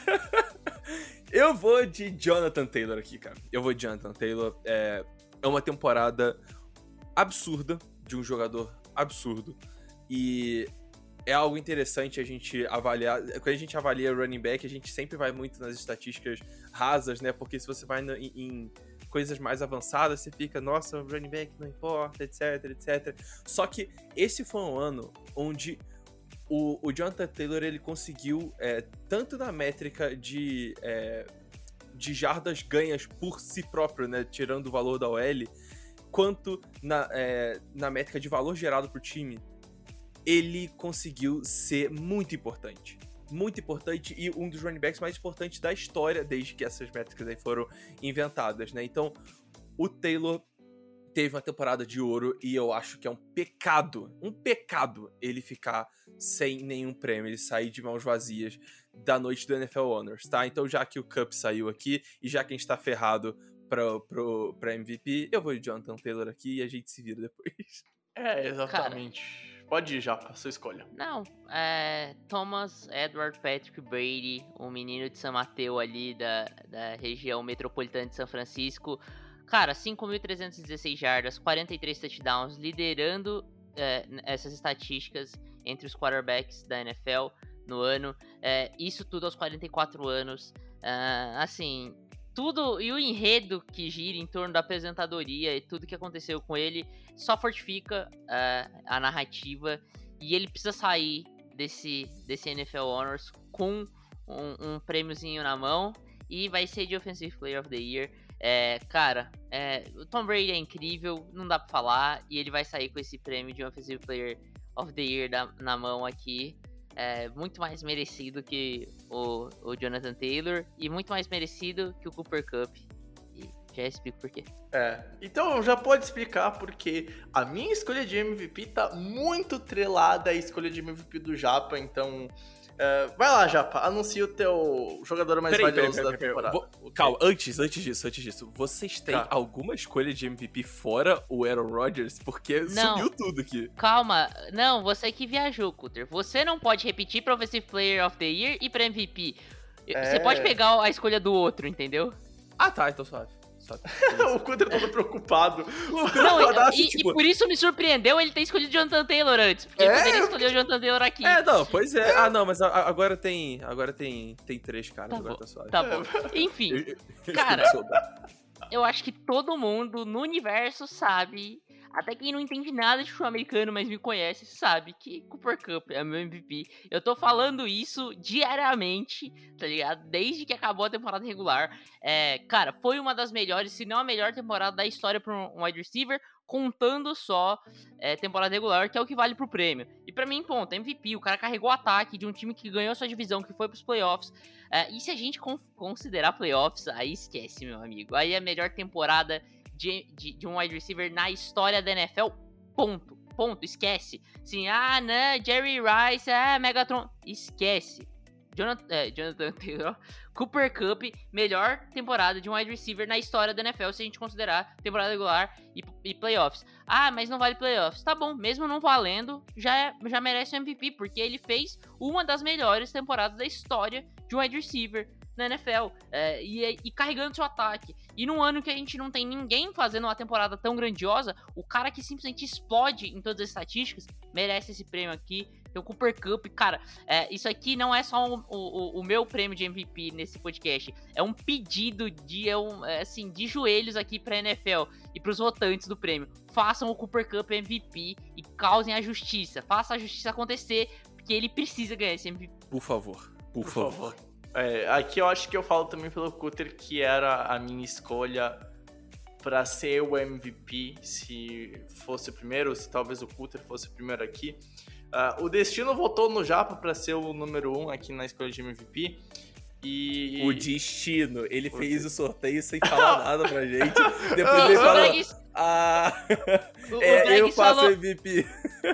eu vou de Jonathan Taylor aqui, cara. Eu vou de Jonathan Taylor. É, é uma temporada absurda de um jogador absurdo. E é algo interessante a gente avaliar. Quando a gente avalia running back, a gente sempre vai muito nas estatísticas rasas, né? Porque se você vai no, em, em coisas mais avançadas, você fica, nossa, running back não importa, etc, etcétera. Só que esse foi um ano onde o, o Jonathan Taylor, ele conseguiu, é, tanto na métrica de, é, de jardas ganhas por si próprio, né, tirando o valor da O L, quanto na, é, na métrica de valor gerado pro time, ele conseguiu ser muito importante. Muito importante e um dos running backs mais importantes da história desde que essas métricas aí foram inventadas, né? Então, o Taylor teve uma temporada de ouro e eu acho que é um pecado, um pecado ele ficar sem nenhum prêmio, ele sair de mãos vazias da noite do N F L Honors, tá? Então, já que o Cup saiu aqui e já que a gente tá ferrado pra, pro, pra M V P, eu vou de Jonathan Taylor aqui e a gente se vira depois. É, exatamente. Cara, pode ir já, pra sua escolha. Não, é... Thomas Edward Patrick Brady, um menino de San Mateo ali da, da região metropolitana de São Francisco. Cara, cinco mil trezentas e dezesseis jardas, quarenta e três touchdowns, liderando é, essas estatísticas entre os quarterbacks da N F L no ano. É, isso tudo aos quarenta e quatro anos. É, assim, tudo e o enredo que gira em torno da aposentadoria e tudo que aconteceu com ele só fortifica uh, a narrativa e ele precisa sair desse, desse N F L Honors com um, um prêmiozinho na mão e vai ser de Offensive Player of the Year. É, cara, é, o Tom Brady é incrível, não dá pra falar, e ele vai sair com esse prêmio de Offensive Player of the Year da, na mão aqui. É muito mais merecido que o, o Jonathan Taylor e muito mais merecido que o Cooper Kupp. E já explico por quê. É, então já pode explicar porque a minha escolha de M V P tá muito trelada à escolha de M V P do Japa, então... Uh, vai lá, Japa, anuncia o teu jogador mais peraí, valioso peraí, peraí, da peraí, temporada. Vou, calma, antes, antes disso, antes disso, vocês têm Tá. alguma escolha de M V P fora o Aaron Rodgers? Porque Não. sumiu tudo aqui. Calma, não, você que viajou, Cutter. Você não pode repetir pra Offensive Player of the Year e pra M V P. É. Você pode pegar a escolha do outro, entendeu? Ah, tá, então suave. suave. O Cutter todo preocupado. Não, e, Assim, e- tipo- e por isso me surpreendeu ele ter escolhido o Jonathan Taylor antes. Porque É, ele poderia eu escolher o Jonathan Taylor aqui. É, não, pois é. Ah, não, mas a- a- agora tem. Agora tem. Tem três caras, Tá agora bom, tá suave. Tá bom. Enfim, Eu- eu- Cara. eu sou da- eu acho que todo mundo no universo sabe, até quem não entende nada de futebol americano, mas me conhece, sabe que Cooper Kupp é meu M V P. Eu tô falando isso diariamente, tá ligado? Desde que acabou a temporada regular. É, cara, foi uma das melhores, se não a melhor temporada da história para um wide receiver, contando só é, temporada regular, que é o que vale pro prêmio. E pra mim, ponto, M V P, o cara carregou o ataque de um time que ganhou sua divisão, que foi pros playoffs. É, e se a gente con- considerar playoffs, aí esquece, meu amigo. Aí é a melhor temporada de, de, de um wide receiver na história da N F L, ponto. Ponto, esquece. Sim, ah, né, Jerry Rice, ah, Megatron, esquece. Jonathan, é, Jonathan Taylor, Cooper Kupp, melhor temporada de um wide receiver na história da N F L, se a gente considerar temporada regular e, e playoffs. Ah, mas não vale playoffs. Tá bom, mesmo não valendo, já, é, já merece o M V P, porque ele fez uma das melhores temporadas da história de um wide receiver na N F L, é, e, e carregando seu ataque. E num ano que a gente não tem ninguém fazendo uma temporada tão grandiosa, o cara que simplesmente explode em todas as estatísticas merece esse prêmio aqui. Então, o Cooper Kupp, cara, é, isso aqui não é só o, o, o meu prêmio de M V P nesse podcast, é um pedido de, é um, é, assim, de joelhos aqui pra N F L e pros votantes do prêmio. Façam o Cooper Kupp M V P e causem a justiça, façam a justiça acontecer, porque ele precisa ganhar esse M V P. Por favor, por, Por favor. favor. É, aqui eu acho que eu falo também pelo Cutter, que era a minha escolha pra ser o M V P, se fosse o primeiro, ou se talvez o Cutter fosse o primeiro aqui. Uh, o Destino votou no Japa pra ser o número um aqui na escolha de M V P. E... O destino, ele o fez de... o sorteio sem falar nada pra gente. Depois O- ele o falou, Bregues- ah, o- o é, eu Bregues faço falou- M V P.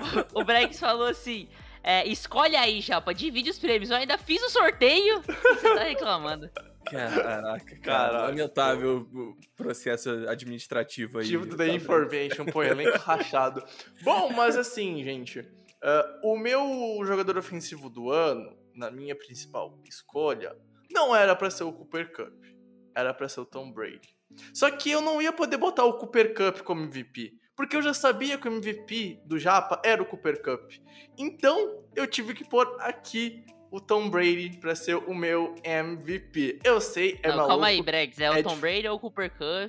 O Bregs falou assim: é, escolhe aí, Japa, divide os prêmios. Eu ainda fiz o sorteio. Você tá reclamando. Caraca, cara, Caraca. lamentável o processo administrativo aí. Tipo da Tá Information, pô, elenco rachado. Bom, mas assim, gente, uh, o meu jogador ofensivo do ano, na minha principal escolha, não era pra ser o Cooper Kupp, era pra ser o Tom Brady. Só que eu não ia poder botar o Cooper Kupp como M V P, porque eu já sabia que o M V P do Japa era o Cooper Kupp. Então, eu tive que pôr aqui o Tom Brady pra ser o meu M V P. Eu sei, é Não, maluco. calma aí, Bregs. É o é Tom dif- Brady ou o Cooper Kupp?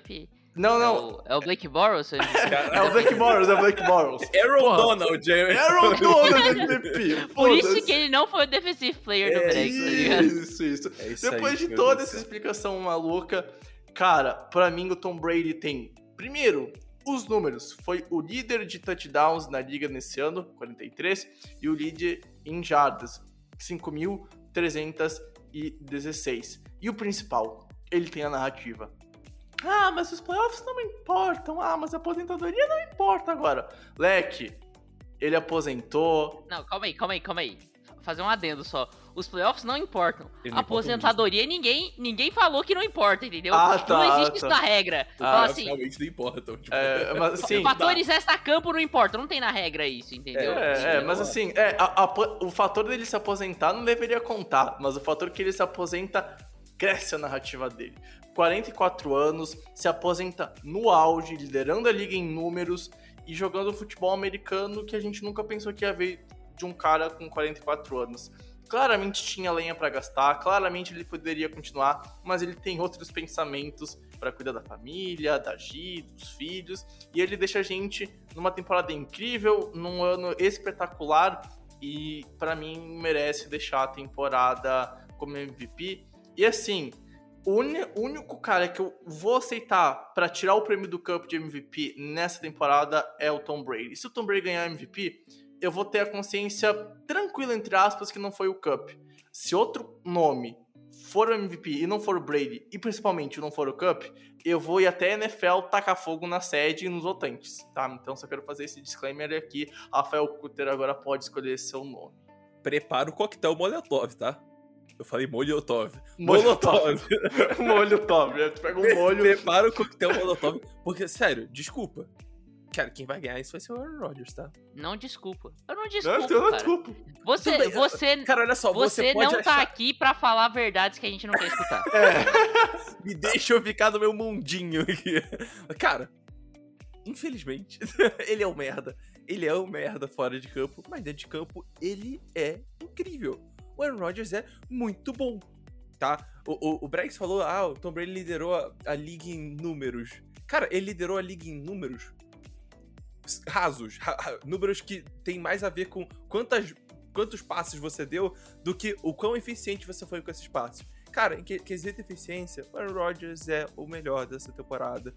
Não, É não. o, é o Blake Bortles? É o Blake Bortles, é o Blake Bortles. Aaron Donald. Aaron Donald M V P. Por isso Foda-se. que ele não foi o Defensive Player do É Break, tá ligado? Isso, isso. É isso Depois aí, de meu toda Deus essa do céu. explicação maluca, cara, pra mim o Tom Brady tem, primeiro, os números. Foi o líder de touchdowns na liga nesse ano, quarenta e três, e o líder em jardas, cinco mil trezentos e dezesseis. E o principal, ele tem a narrativa. Ah, mas os playoffs não importam. Ah, mas a aposentadoria não importa agora. Leque, ele aposentou. Não, calma aí, calma aí, calma aí. Fazer um adendo só. Os playoffs não importam. Ele não Aposentadoria, ninguém, ninguém falou que não importa, entendeu? Ah, tá, não existe tá. isso na regra. Ah, Fala assim, realmente não importam. Tipo, É, mas assim, fatores extra-campo não importam. Não tem na regra isso, entendeu? É, é, mas assim, é, a- a- o fator dele se aposentar não deveria contar, mas o fator que ele se aposenta cresce a narrativa dele. quarenta e quatro anos, se aposenta no auge, liderando a liga em números e jogando futebol americano que a gente nunca pensou que ia ver de um cara com quarenta e quatro anos. Claramente tinha lenha pra gastar, claramente ele poderia continuar, mas ele tem outros pensamentos pra cuidar da família, da Gi, dos filhos, e ele deixa a gente numa temporada incrível, num ano espetacular, e pra mim merece deixar a temporada como M V P. E assim, o uni- único cara que eu vou aceitar pra tirar o prêmio do Cup de M V P nessa temporada é o Tom Brady. Se o Tom Brady ganhar M V P, eu vou ter a consciência tranquila, entre aspas, que não foi o Cup. Se outro nome for o M V P e não for o Brady, e principalmente não for o Cup, eu vou ir até a N F L tacar fogo na sede e nos votantes, tá? Então só quero fazer esse disclaimer aqui. Rafael Cutter agora pode escolher seu nome. prepara o coquetel Molotov, tá? Eu falei Molotov. Molotov. Molho top. Tu pega um molho. Prepara o coquetel Molotov. Porque, sério, desculpa. Cara, quem vai ganhar isso vai ser o Aaron Rodgers, tá? Não desculpa. Eu não Não, desculpo, eu não cara. desculpo. Você, Tudo bem, você, Cara, olha só, você, você pode não achar... tá aqui pra falar verdades que a gente não quer escutar. É. Me deixa eu ficar no meu mundinho aqui. Cara, infelizmente, ele é um merda. Ele é um merda fora de campo, mas dentro de campo ele é incrível. O Aaron Rodgers é muito bom, tá? O, o, o Brex falou, ah, o Tom Brady liderou a, a liga em números. Cara, ele liderou a liga em números rasos, ra- ra- números que tem mais a ver com quantas, quantos passes você deu do que o quão eficiente você foi com esses passes. Cara, em que- quesito eficiência, o Aaron Rodgers é o melhor dessa temporada.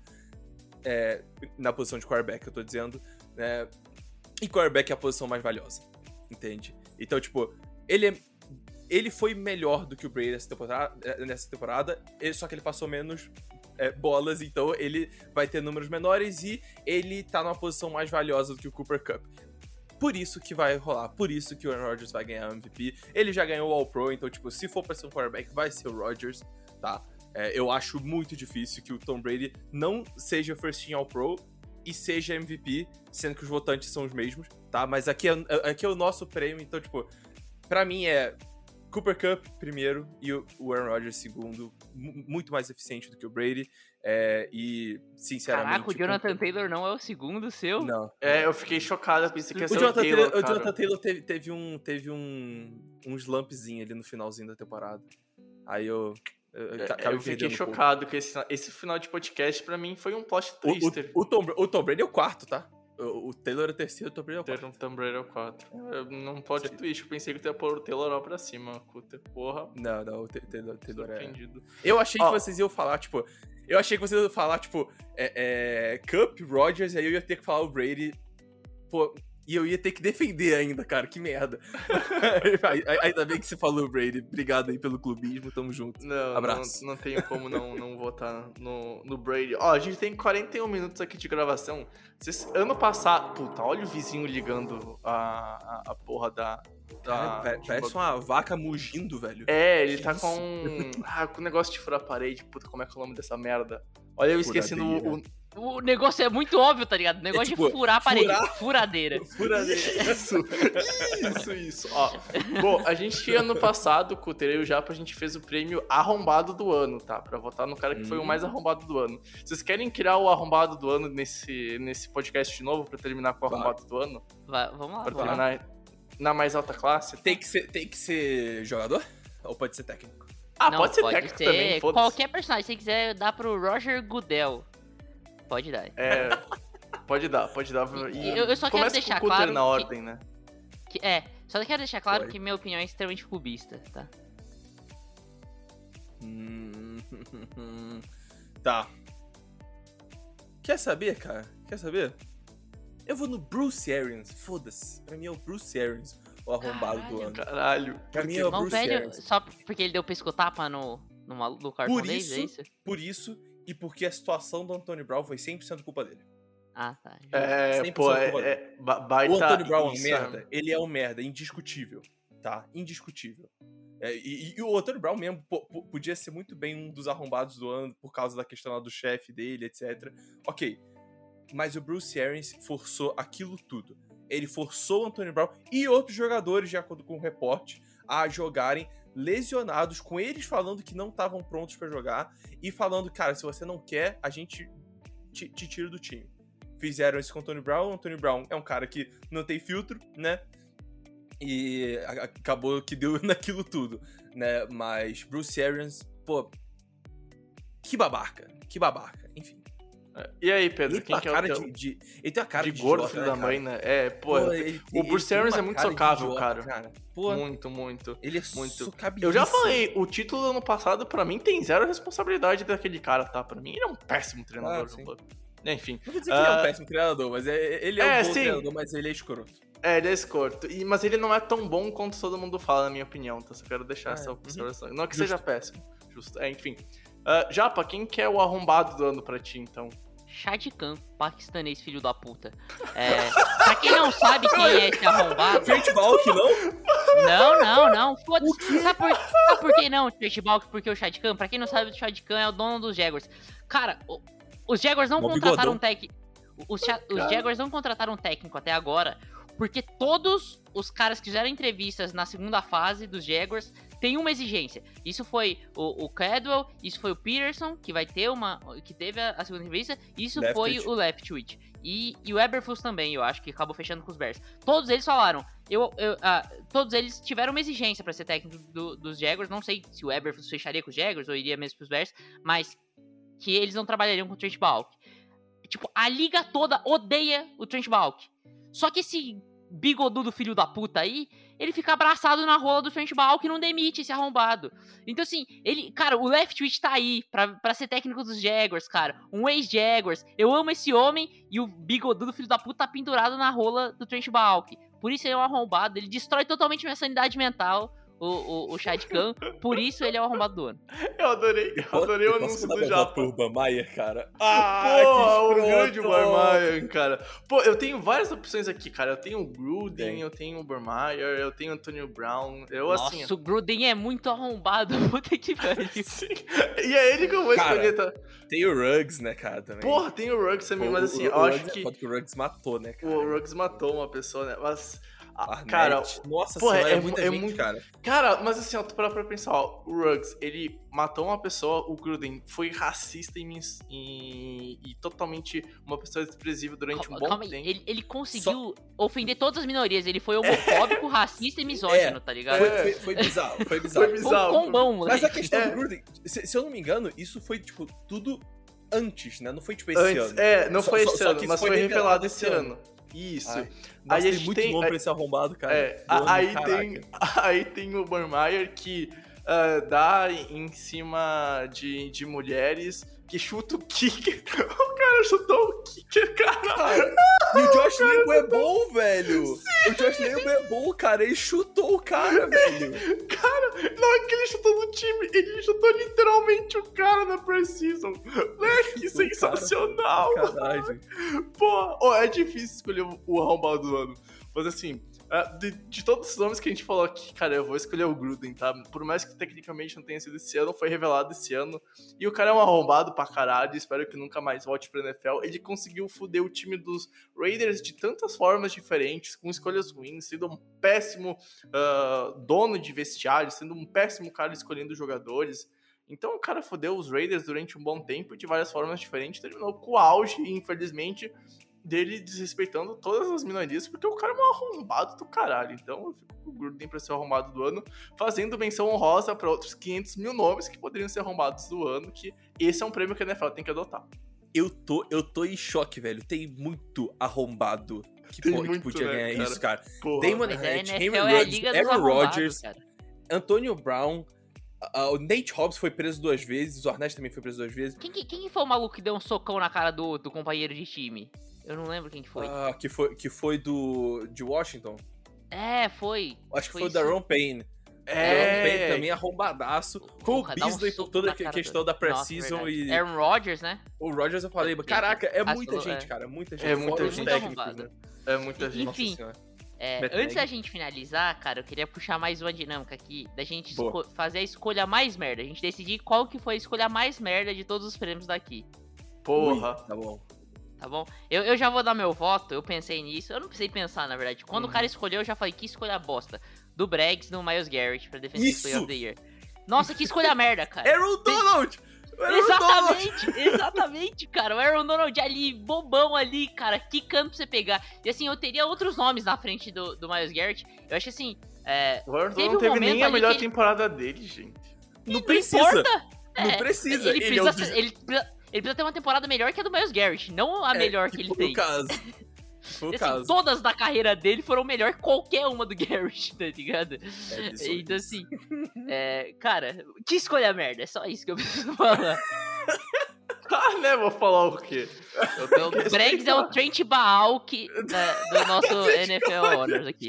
É, na posição de quarterback, eu tô dizendo. Né? E quarterback é a posição mais valiosa, entende? Então, tipo, ele é, ele foi melhor do que o Brady nessa temporada, nessa temporada ele- só que ele passou menos é, bolas, então ele vai ter números menores e ele tá numa posição mais valiosa do que o Cooper Kupp. Por isso que vai rolar, por isso que o Aaron Rodgers vai ganhar o M V P. Ele já ganhou o All-Pro, então, tipo, se for pra ser um quarterback, vai ser o Rodgers, tá? É, eu acho muito difícil que o Tom Brady não seja First Team All-Pro e seja M V P, sendo que os votantes são os mesmos, tá? Mas aqui é, aqui é o nosso prêmio, então, tipo, pra mim é Cooper Kupp primeiro e o o Aaron Rodgers segundo, mu- muito mais eficiente do que o Brady, é, e, sinceramente... Caraca, o Jonathan Taylor não é o segundo seu? Não. É, eu fiquei chocado, eu pensei que ia O ser o Jonathan Taylor, Taylor, o cara. Jonathan Taylor teve, teve um, teve um, um slumpzinho ali no finalzinho da temporada. Aí eu... eu, eu É, acabei eu fiquei perdendo um pouco. chocado que esse, esse final de podcast pra mim foi um plot O, twister. o, o, Tom, o Tom Brady é o quarto, tá? O, o Taylor é o terceiro, o Tom Brady é o Ter quarto. um Tom Brady ao quatro. Eu, num plot twist, eu pensei que tu ia pôr o Taylor lá pra cima, Cutter. Porra, Não, não, o Ta- Taylor, Taylor é... surpreendido. Eu achei Ó. que vocês iam falar, tipo... Eu achei que vocês iam falar, tipo... É, é, Cup, Rodgers, e aí eu ia ter que falar o Brady... Pô... E eu ia ter que defender ainda, cara, que merda. Ainda bem que você falou, Brady. Obrigado aí pelo clubismo, tamo junto. Não, Abraço. não, não tenho como não, não votar no, no Brady. Ó, a gente tem quarenta e um minutos aqui de gravação. Vocês, ano passado... Puta, olha o vizinho ligando a, a, a porra da... da Cara, de parece uma vaca mugindo, velho. É, ele tá Isso. com... Ah, com o negócio de furar a parede. Puta, como é que é o nome dessa merda? Olha, eu esquecendo o... o... O negócio é muito óbvio, tá ligado? O negócio tipo, de furar a parede. furar- Furadeira. Furadeira. Isso, isso, isso. Ó, bom, a gente ano passado, com o Tere e o Japa, a gente fez o prêmio arrombado do ano, tá? Pra votar no cara que foi o Hum. mais arrombado do ano. Vocês querem criar o arrombado do ano nesse, nesse podcast de novo pra terminar com o Claro. arrombado do ano? Vai, vamos lá, Pra vamos lá. terminar na mais alta classe? Tem que ser, tem que ser jogador? Ou pode ser técnico? Ah, Não, pode ser técnico também, foda-se. qualquer personagem. Se você quiser dar pro Roger Goodell. pode dar. É, pode dar, pode dar. E eu, eu só quero começa deixar com o Cutter claro na que- ordem, né? Que- é, só quero deixar claro Pode. que minha opinião é extremamente clubista, tá? Hum, tá. Quer saber, cara? Quer saber? Eu vou no Bruce Arians. Foda-se. Pra mim é o Bruce Arians, o arrombado do Caralho, ano. Caralho. Pra mim é o Não, Bruce velho, Arians. só porque ele deu pescotapa no, no, malu- no cartão Por Davis, é isso, isso? por isso e porque a situação do Anthony Brown foi cem por cento culpa dele. Ah, tá. É, cem por pô, cento é, culpa é ba- baita... O Anthony Brown é um isso, merda. Ele é um merda, indiscutível. Tá? Indiscutível. É, e, e o Anthony Brown mesmo pô, pô, podia ser muito bem um dos arrombados do ano por causa da questão lá do chefe dele, etcétera. Ok. Mas o Bruce Arians forçou aquilo tudo. Ele forçou o Anthony Brown e outros jogadores, de acordo com o reporte, a jogarem lesionados, com eles falando que não estavam prontos pra jogar e falando, cara, se você não quer, a gente te, te tira do time. Fizeram isso com o Anthony Brown. O Anthony Brown é um cara que não tem filtro, né? E a- acabou que deu naquilo tudo, né? Mas Bruce Arians, pô, que babaca, que babaca, enfim. E aí, Pedro, Ele tem quem uma que é o cara teu... de, de- ele tem uma cara de de gordo, idiota, filho né, da cara? mãe, né? É, pô, Pô, ele- ele- o ele Bruce tem Arians uma é muito cara de socável, idiota, cara. Pô, Muito, muito. ele é muito. socabilissimo. Eu já falei, o título do ano passado, pra mim, tem zero responsabilidade daquele cara, tá? Pra mim, ele é um péssimo treinador. Ah, sim. pô. Enfim. Não vou dizer que ele é um Ah, péssimo treinador, mas é- ele é, é, um bom sim. treinador, mas ele é escroto. É, ele é escorto. E, mas ele não é tão bom quanto todo mundo fala, na minha opinião. Então, só quero deixar Ah, essa uhum. observação. Não que Justo. seja péssimo. Justo. É, enfim. Ah, Japa, quem que é o arrombado do ano pra ti, então? Shad Khan, paquistanês filho da puta. É, pra quem não sabe quem é esse arrombado... Trent Balk, não? Não, não, não. Foda-se. Sabe por, sabe por que não, Trent Balk? Porque o Shad Khan, pra quem não sabe, o Shad Khan é o dono dos Jaguars. Cara, o- os Jaguars não Mó contrataram bigodão. um técnico. Os, cha- os Jaguars não contrataram um técnico até agora, porque todos os caras que fizeram entrevistas na segunda fase dos Jaguars têm uma exigência. Isso foi o, o Cadwell, isso foi o Peterson, que vai ter uma. Que teve a, a segunda entrevista, isso foi Leftwich. o Leftwich. E, e o Eberflus também, eu acho, que acabou fechando com os Bears. Todos eles falaram. Eu, eu, ah, todos eles tiveram uma exigência pra ser técnico do- dos Jaguars. Não sei se o Eberflus fecharia com os Jaguars ou iria mesmo pros Bears, mas que eles não trabalhariam com o Trent Balk. Tipo, a liga toda odeia o Trent Balk. Só que esse bigodudo filho da puta aí, ele fica abraçado na rola do Trent Balk e não demite esse arrombado. Então, assim, ele, cara, o Leftwich tá aí pra, pra ser técnico dos Jaguars, cara. Um ex-Jaguars. Eu amo esse homem e o bigodudo filho da puta tá pendurado na rola do Trent Balk. Por isso ele é um arrombado. Ele destrói totalmente minha sanidade mental, o, o, o Shad Khan. Por isso ele é o arrombado do ano. Eu adorei, eu adorei o Posso anúncio dar do meu voto Japa. pro Urban Meyer, cara? Pô, Ah, o que grande escroto! Burmeier, cara. Pô, eu tenho várias opções aqui, cara. Eu tenho o Gruden, Tem. eu tenho o Burmeier, eu tenho o Antonio Brown. Eu, Nossa, assim... o Gruden é muito arrombado. Puta que pariu. Sim. E é ele que eu vou Cara, escolher, tá? Tem o Ruggs, né, cara, também. Porra, tem o Ruggs também, O- mas o- assim, o eu acho Ruggs é que foda que o Ruggs matou, né, cara? o Ruggs matou uma pessoa, né? Mas, ah, Arnett. cara, Nossa porra, senhora, é, é muita é gente, muito- cara. cara, mas assim, ó, tu parar pra pensar, ó, o Ruggs, ele matou uma pessoa, o Gruden foi racista e, mis- e- e totalmente uma pessoa desprezível durante Calma, um bom calma aí, tempo. ele, ele conseguiu ofender todas as minorias. Ele foi homofóbico, racista e misógino, É, tá ligado? Foi, É. foi, foi bizarro, foi bizarro. Foi Foi bizarro. um combão, moleque. Mas a questão É. do Gruden, se, se eu não me engano, isso foi, tipo, tudo antes, né? Não foi, tipo, esse Antes, ano. é, não Só- foi só- esse só ano, que mas foi foi revelado revelado esse esse ano. ano. Isso. Ai, Aí nossa, a tem gente muito tem- nome aí- pra esse arrombado, cara. É, Do ano, aí, caraca. tem, aí tem o Burmeier que ah, dá em cima de, de mulheres, que chuta o kicker. O cara chutou o kicker, cara. E o Josh Lambo é bom, velho. O Josh Lambo é bom, cara. Ele chutou o cara, velho. Cara, não é que ele chutou no time, ele chutou literalmente o cara na Precision. Moleque, Chutou o sensacional. Caralho. Pô, ó, é difícil escolher o- o arrombado do ano. Mas assim, ah, de, de todos os nomes que a gente falou aqui, cara, eu vou escolher o Gruden, tá? Por mais que tecnicamente não tenha sido esse ano, foi revelado esse ano. E o cara é um arrombado pra caralho, espero que nunca mais volte pra N F L. Ele conseguiu foder o time dos Raiders de tantas formas diferentes, com escolhas ruins, sendo um péssimo ah, dono de vestiário, sendo um péssimo cara escolhendo jogadores. Então o cara fodeu os Raiders durante um bom tempo de várias formas diferentes, terminou com o auge, infelizmente, dele desrespeitando todas as minorias, porque o cara é um arrombado do caralho. Então eu fico com o Gruden pra ser o arrombado do ano, fazendo menção honrosa pra outros quinhentos mil nomes que poderiam ser arrombados do ano, que esse é um prêmio que a N F L tem que adotar. eu tô, eu tô em choque, velho. Tem muito arrombado que, Tem po- que muito, podia né, ganhar cara? isso, cara. Porra. Damon Mas a Hunt, N F Henry L é a Rodgers, liga dos Aaron arrombados, Rodgers, cara. Antonio Brown, uh, o Nate Hobbs foi preso duas vezes, o Arnett também foi preso duas vezes. Quem, que- quem que foi o maluco que deu um socão na cara do, do companheiro de time? Eu não lembro quem que foi. Ah, que foi, que foi do, de Washington. É, foi. Acho que foi, Foi o Daron Payne. Daron Payne É, também arrombadaço. Com o Porra, dá um Beasley por soco toda na a cara questão do- da Nossa, pré-season verdade. e Aaron Rodgers, né? o Rodgers eu falei, Gente, caraca, é a- muita é. gente, cara, muita gente. É muita Fora os gente. técnicos, Muito né? é muita gente. Nossa Enfim. Senhora. É, Matt antes Nagy. da gente finalizar, cara, eu queria puxar mais uma dinâmica aqui, da gente Boa. esco- fazer a escolha mais merda. A gente decidir qual que foi a escolha mais merda de todos os prêmios daqui, Porra. Tá bom. tá bom? Eu, eu já vou dar meu voto, eu pensei nisso, eu não precisei pensar, na verdade. Quando Uhum. o cara escolheu, eu já falei, que escolha bosta. Do Braggs no Myles Garrett pra Defensive Isso! Player of the Year. Nossa, que escolha merda, cara. Aaron Donald! Aaron Donald! Exatamente, exatamente, cara. O Aaron Donald ali, bobão ali, cara. Que canto pra você pegar. E assim, eu teria outros nomes na frente do, do Myles Garrett. Eu acho assim, é, O Aaron Teve não um teve momento nem a ali melhor que ele- temporada dele, gente. Não não precisa. importa. Não É, precisa. Ele, Ele é precisa, o ser- des- ele, precisa, ele precisa ter uma temporada melhor que a do Myles Garrett, não a É, melhor que que ele foi tem. o caso. Foi o Assim, caso. todas da carreira dele foram melhor que qualquer uma do Garrett, tá ligado? É absurdo Então isso. assim, é, cara, que escolha merda, é só isso que eu preciso falar. Ah, né? Vou falar o quê? Eu tenho O que Braggs é o respeitar. Trent Baalk da- do nosso N F L Honors aqui.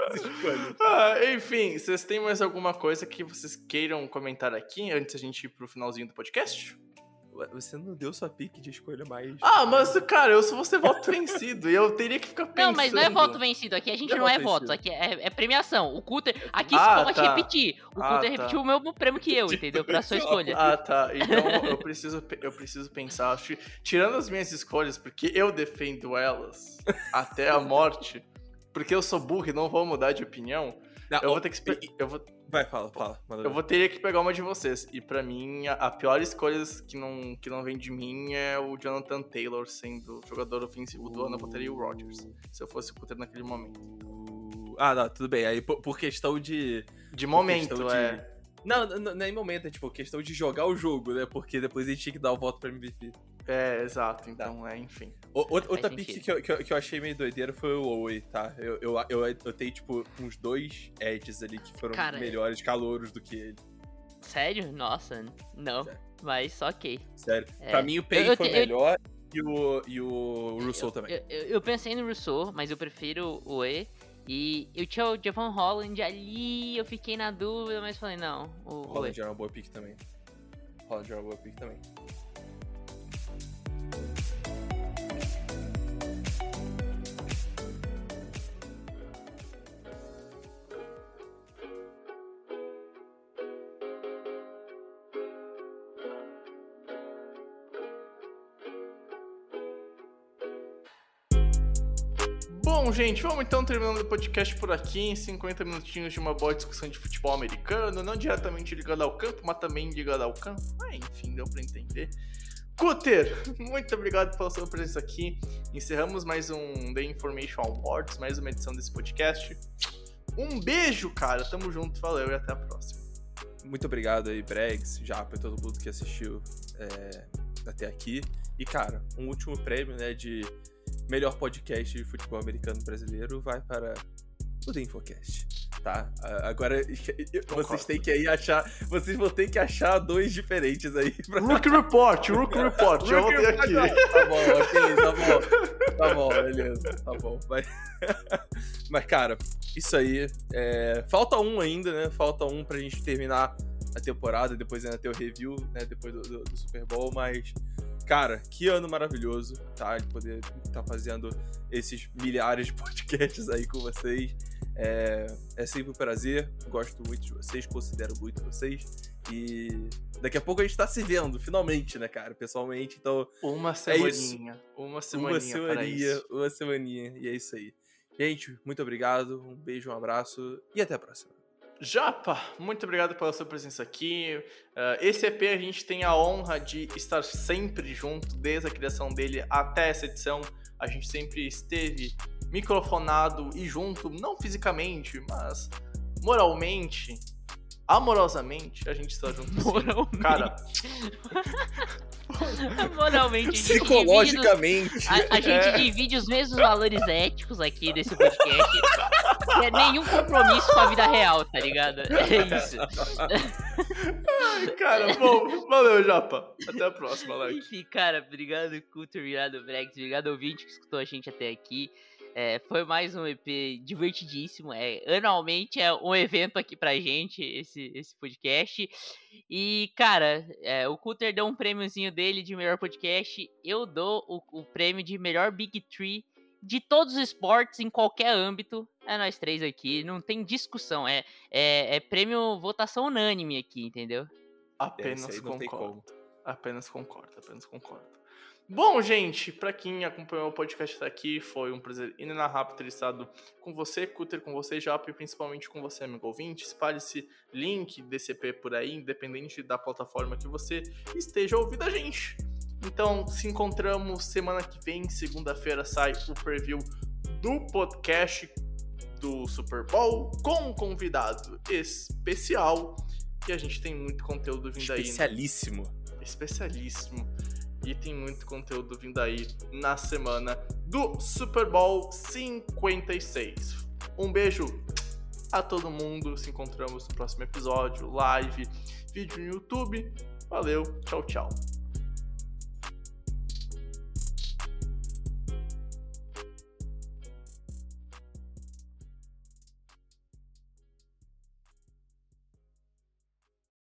Ah, enfim, vocês têm mais alguma coisa que vocês queiram comentar aqui antes da gente ir pro finalzinho do podcast? Ué, você não deu sua pique de escolha mais. Ah, mas, cara, eu sou você voto vencido e eu teria que ficar pensando. Não, mas não é voto vencido aqui, a gente Não é não é voto voto, vencido. aqui é, é premiação. O Cutter, aqui Ah, se pode tá. repetir. O Ah, Cutter tá. repetiu o mesmo prêmio que eu, entendeu? Pra sua escolha. Ah, tá. Então eu preciso, eu preciso pensar. Acho que, tirando as minhas escolhas, porque eu defendo elas até a morte, porque eu sou burro e não vou mudar de opinião, Não, eu ó, vou ter que. espe- Eu vou, Vai, fala, fala. manda eu ver. vou ter que pegar uma de vocês. E pra mim, a, a pior escolha que não, que não vem de mim é o Jonathan Taylor sendo jogador ofensivo do ano. Eu botaria o Rodgers, se eu fosse o Cutter naquele momento. Ah, não, tudo bem. Aí por, por questão de. De por momento, questão de- é. Não, não, não é em momento, é tipo questão de jogar o jogo, né? Porque depois a gente tinha que dar o voto pra M V P. É, exato. Então, é, enfim. O, o- outra sentido. pick que eu, que, eu, que eu achei meio doideira foi o Owe, tá? Eu, eu, eu, eu tenho, tipo, uns dois edges ali que foram Cara, melhores, calouros do que ele. Sério? Nossa, não. Sério. Mas ok. Sério. É. Pra mim, o Payne Eu- eu foi te- eu- melhor e o, e o Russell eu, também. Eu, eu- eu pensei no Rousseau, mas eu prefiro o E. E eu tinha o Javon Holland ali, eu fiquei na dúvida, mas falei, não, o, o E. Holland era uma boa pick também. Holland era uma boa pick também. Bom, gente, vamos então terminando o podcast por aqui em cinquenta minutinhos de uma boa discussão de futebol americano, não diretamente ligado ao campo, mas também ligado ao campo. Ah, enfim, deu pra entender. Cutter, muito obrigado pela sua presença aqui. Encerramos mais um The Information Awards, mais uma edição desse podcast. Um beijo, cara. Tamo junto, valeu e até a próxima. Muito obrigado aí, Bregs, Japa e todo mundo que assistiu é, até aqui. E, cara, um último prêmio, né, de melhor podcast de futebol americano brasileiro vai para o The Infocast, tá? Ah, Agora, vocês têm que aí achar, vocês vão ter que achar dois diferentes aí. Pra... Rook Report, Rook Report, já voltei aqui. Tá bom, ok, tá bom. Tá bom, beleza, tá bom. Mas, Mas cara, isso aí. É... Falta um ainda, né? Falta um pra gente terminar a temporada, depois ainda ter o review, né? Depois do, do, do Super Bowl, mas... Cara, que ano maravilhoso, tá? De poder estar fazendo esses milhares de podcasts aí com vocês. É, é sempre um prazer, gosto muito de vocês, considero muito vocês. E daqui a pouco a gente tá se vendo, finalmente, né, cara? Pessoalmente, então... Uma semaninha, uma semaninha Uma semaninha, para isso. uma semaninha, e é isso aí. Gente, muito obrigado, um beijo, um abraço e até a próxima. Japa, muito obrigado pela sua presença aqui. Uh, esse E P a gente tem a honra de estar sempre junto, desde a criação dele até essa edição. A gente sempre esteve microfonado e junto, não fisicamente, mas moralmente, amorosamente, a gente está junto assim. Moralmente. Cara, Moralmente, a gente Psicologicamente. divide os- a, a gente É. divide os mesmos valores éticos aqui nesse podcast. Não é nenhum compromisso com a vida real, tá ligado? É isso. cara, bom, valeu, Japa. Até a próxima, Alex. Enfim, cara, obrigado, Culture, obrigado, Brex, obrigado, ouvinte que escutou a gente até aqui. É, foi mais um E P divertidíssimo. É, anualmente é um evento aqui pra gente, esse, esse podcast. E, cara, é, o Culter deu um prêmiozinho dele de melhor podcast. Eu dou o, o prêmio de melhor Big Three de todos os esportes, em qualquer âmbito. É nós três aqui, não tem discussão. É, é, é prêmio votação unânime aqui, entendeu? Apenas Esse aí não tem concordo. Apenas concordo, apenas concordo. Bom, gente, pra quem acompanhou o podcast até aqui, foi um prazer inenarrável ter estado com você, Cutter, com você, Japa, e principalmente com você, amigo ouvinte. Espalhe esse link desse E P por aí, independente da plataforma que você esteja ouvindo a gente. Então, se encontramos semana que vem, segunda-feira, sai o preview do podcast do Super Bowl com um convidado especial. E a gente tem muito conteúdo vindo aí. Especialíssimo. Especialíssimo. E tem muito conteúdo vindo aí na semana do Super Bowl cinquenta e seis. Um beijo a todo mundo. Se encontramos no próximo episódio, live, vídeo no YouTube. Valeu, tchau, tchau.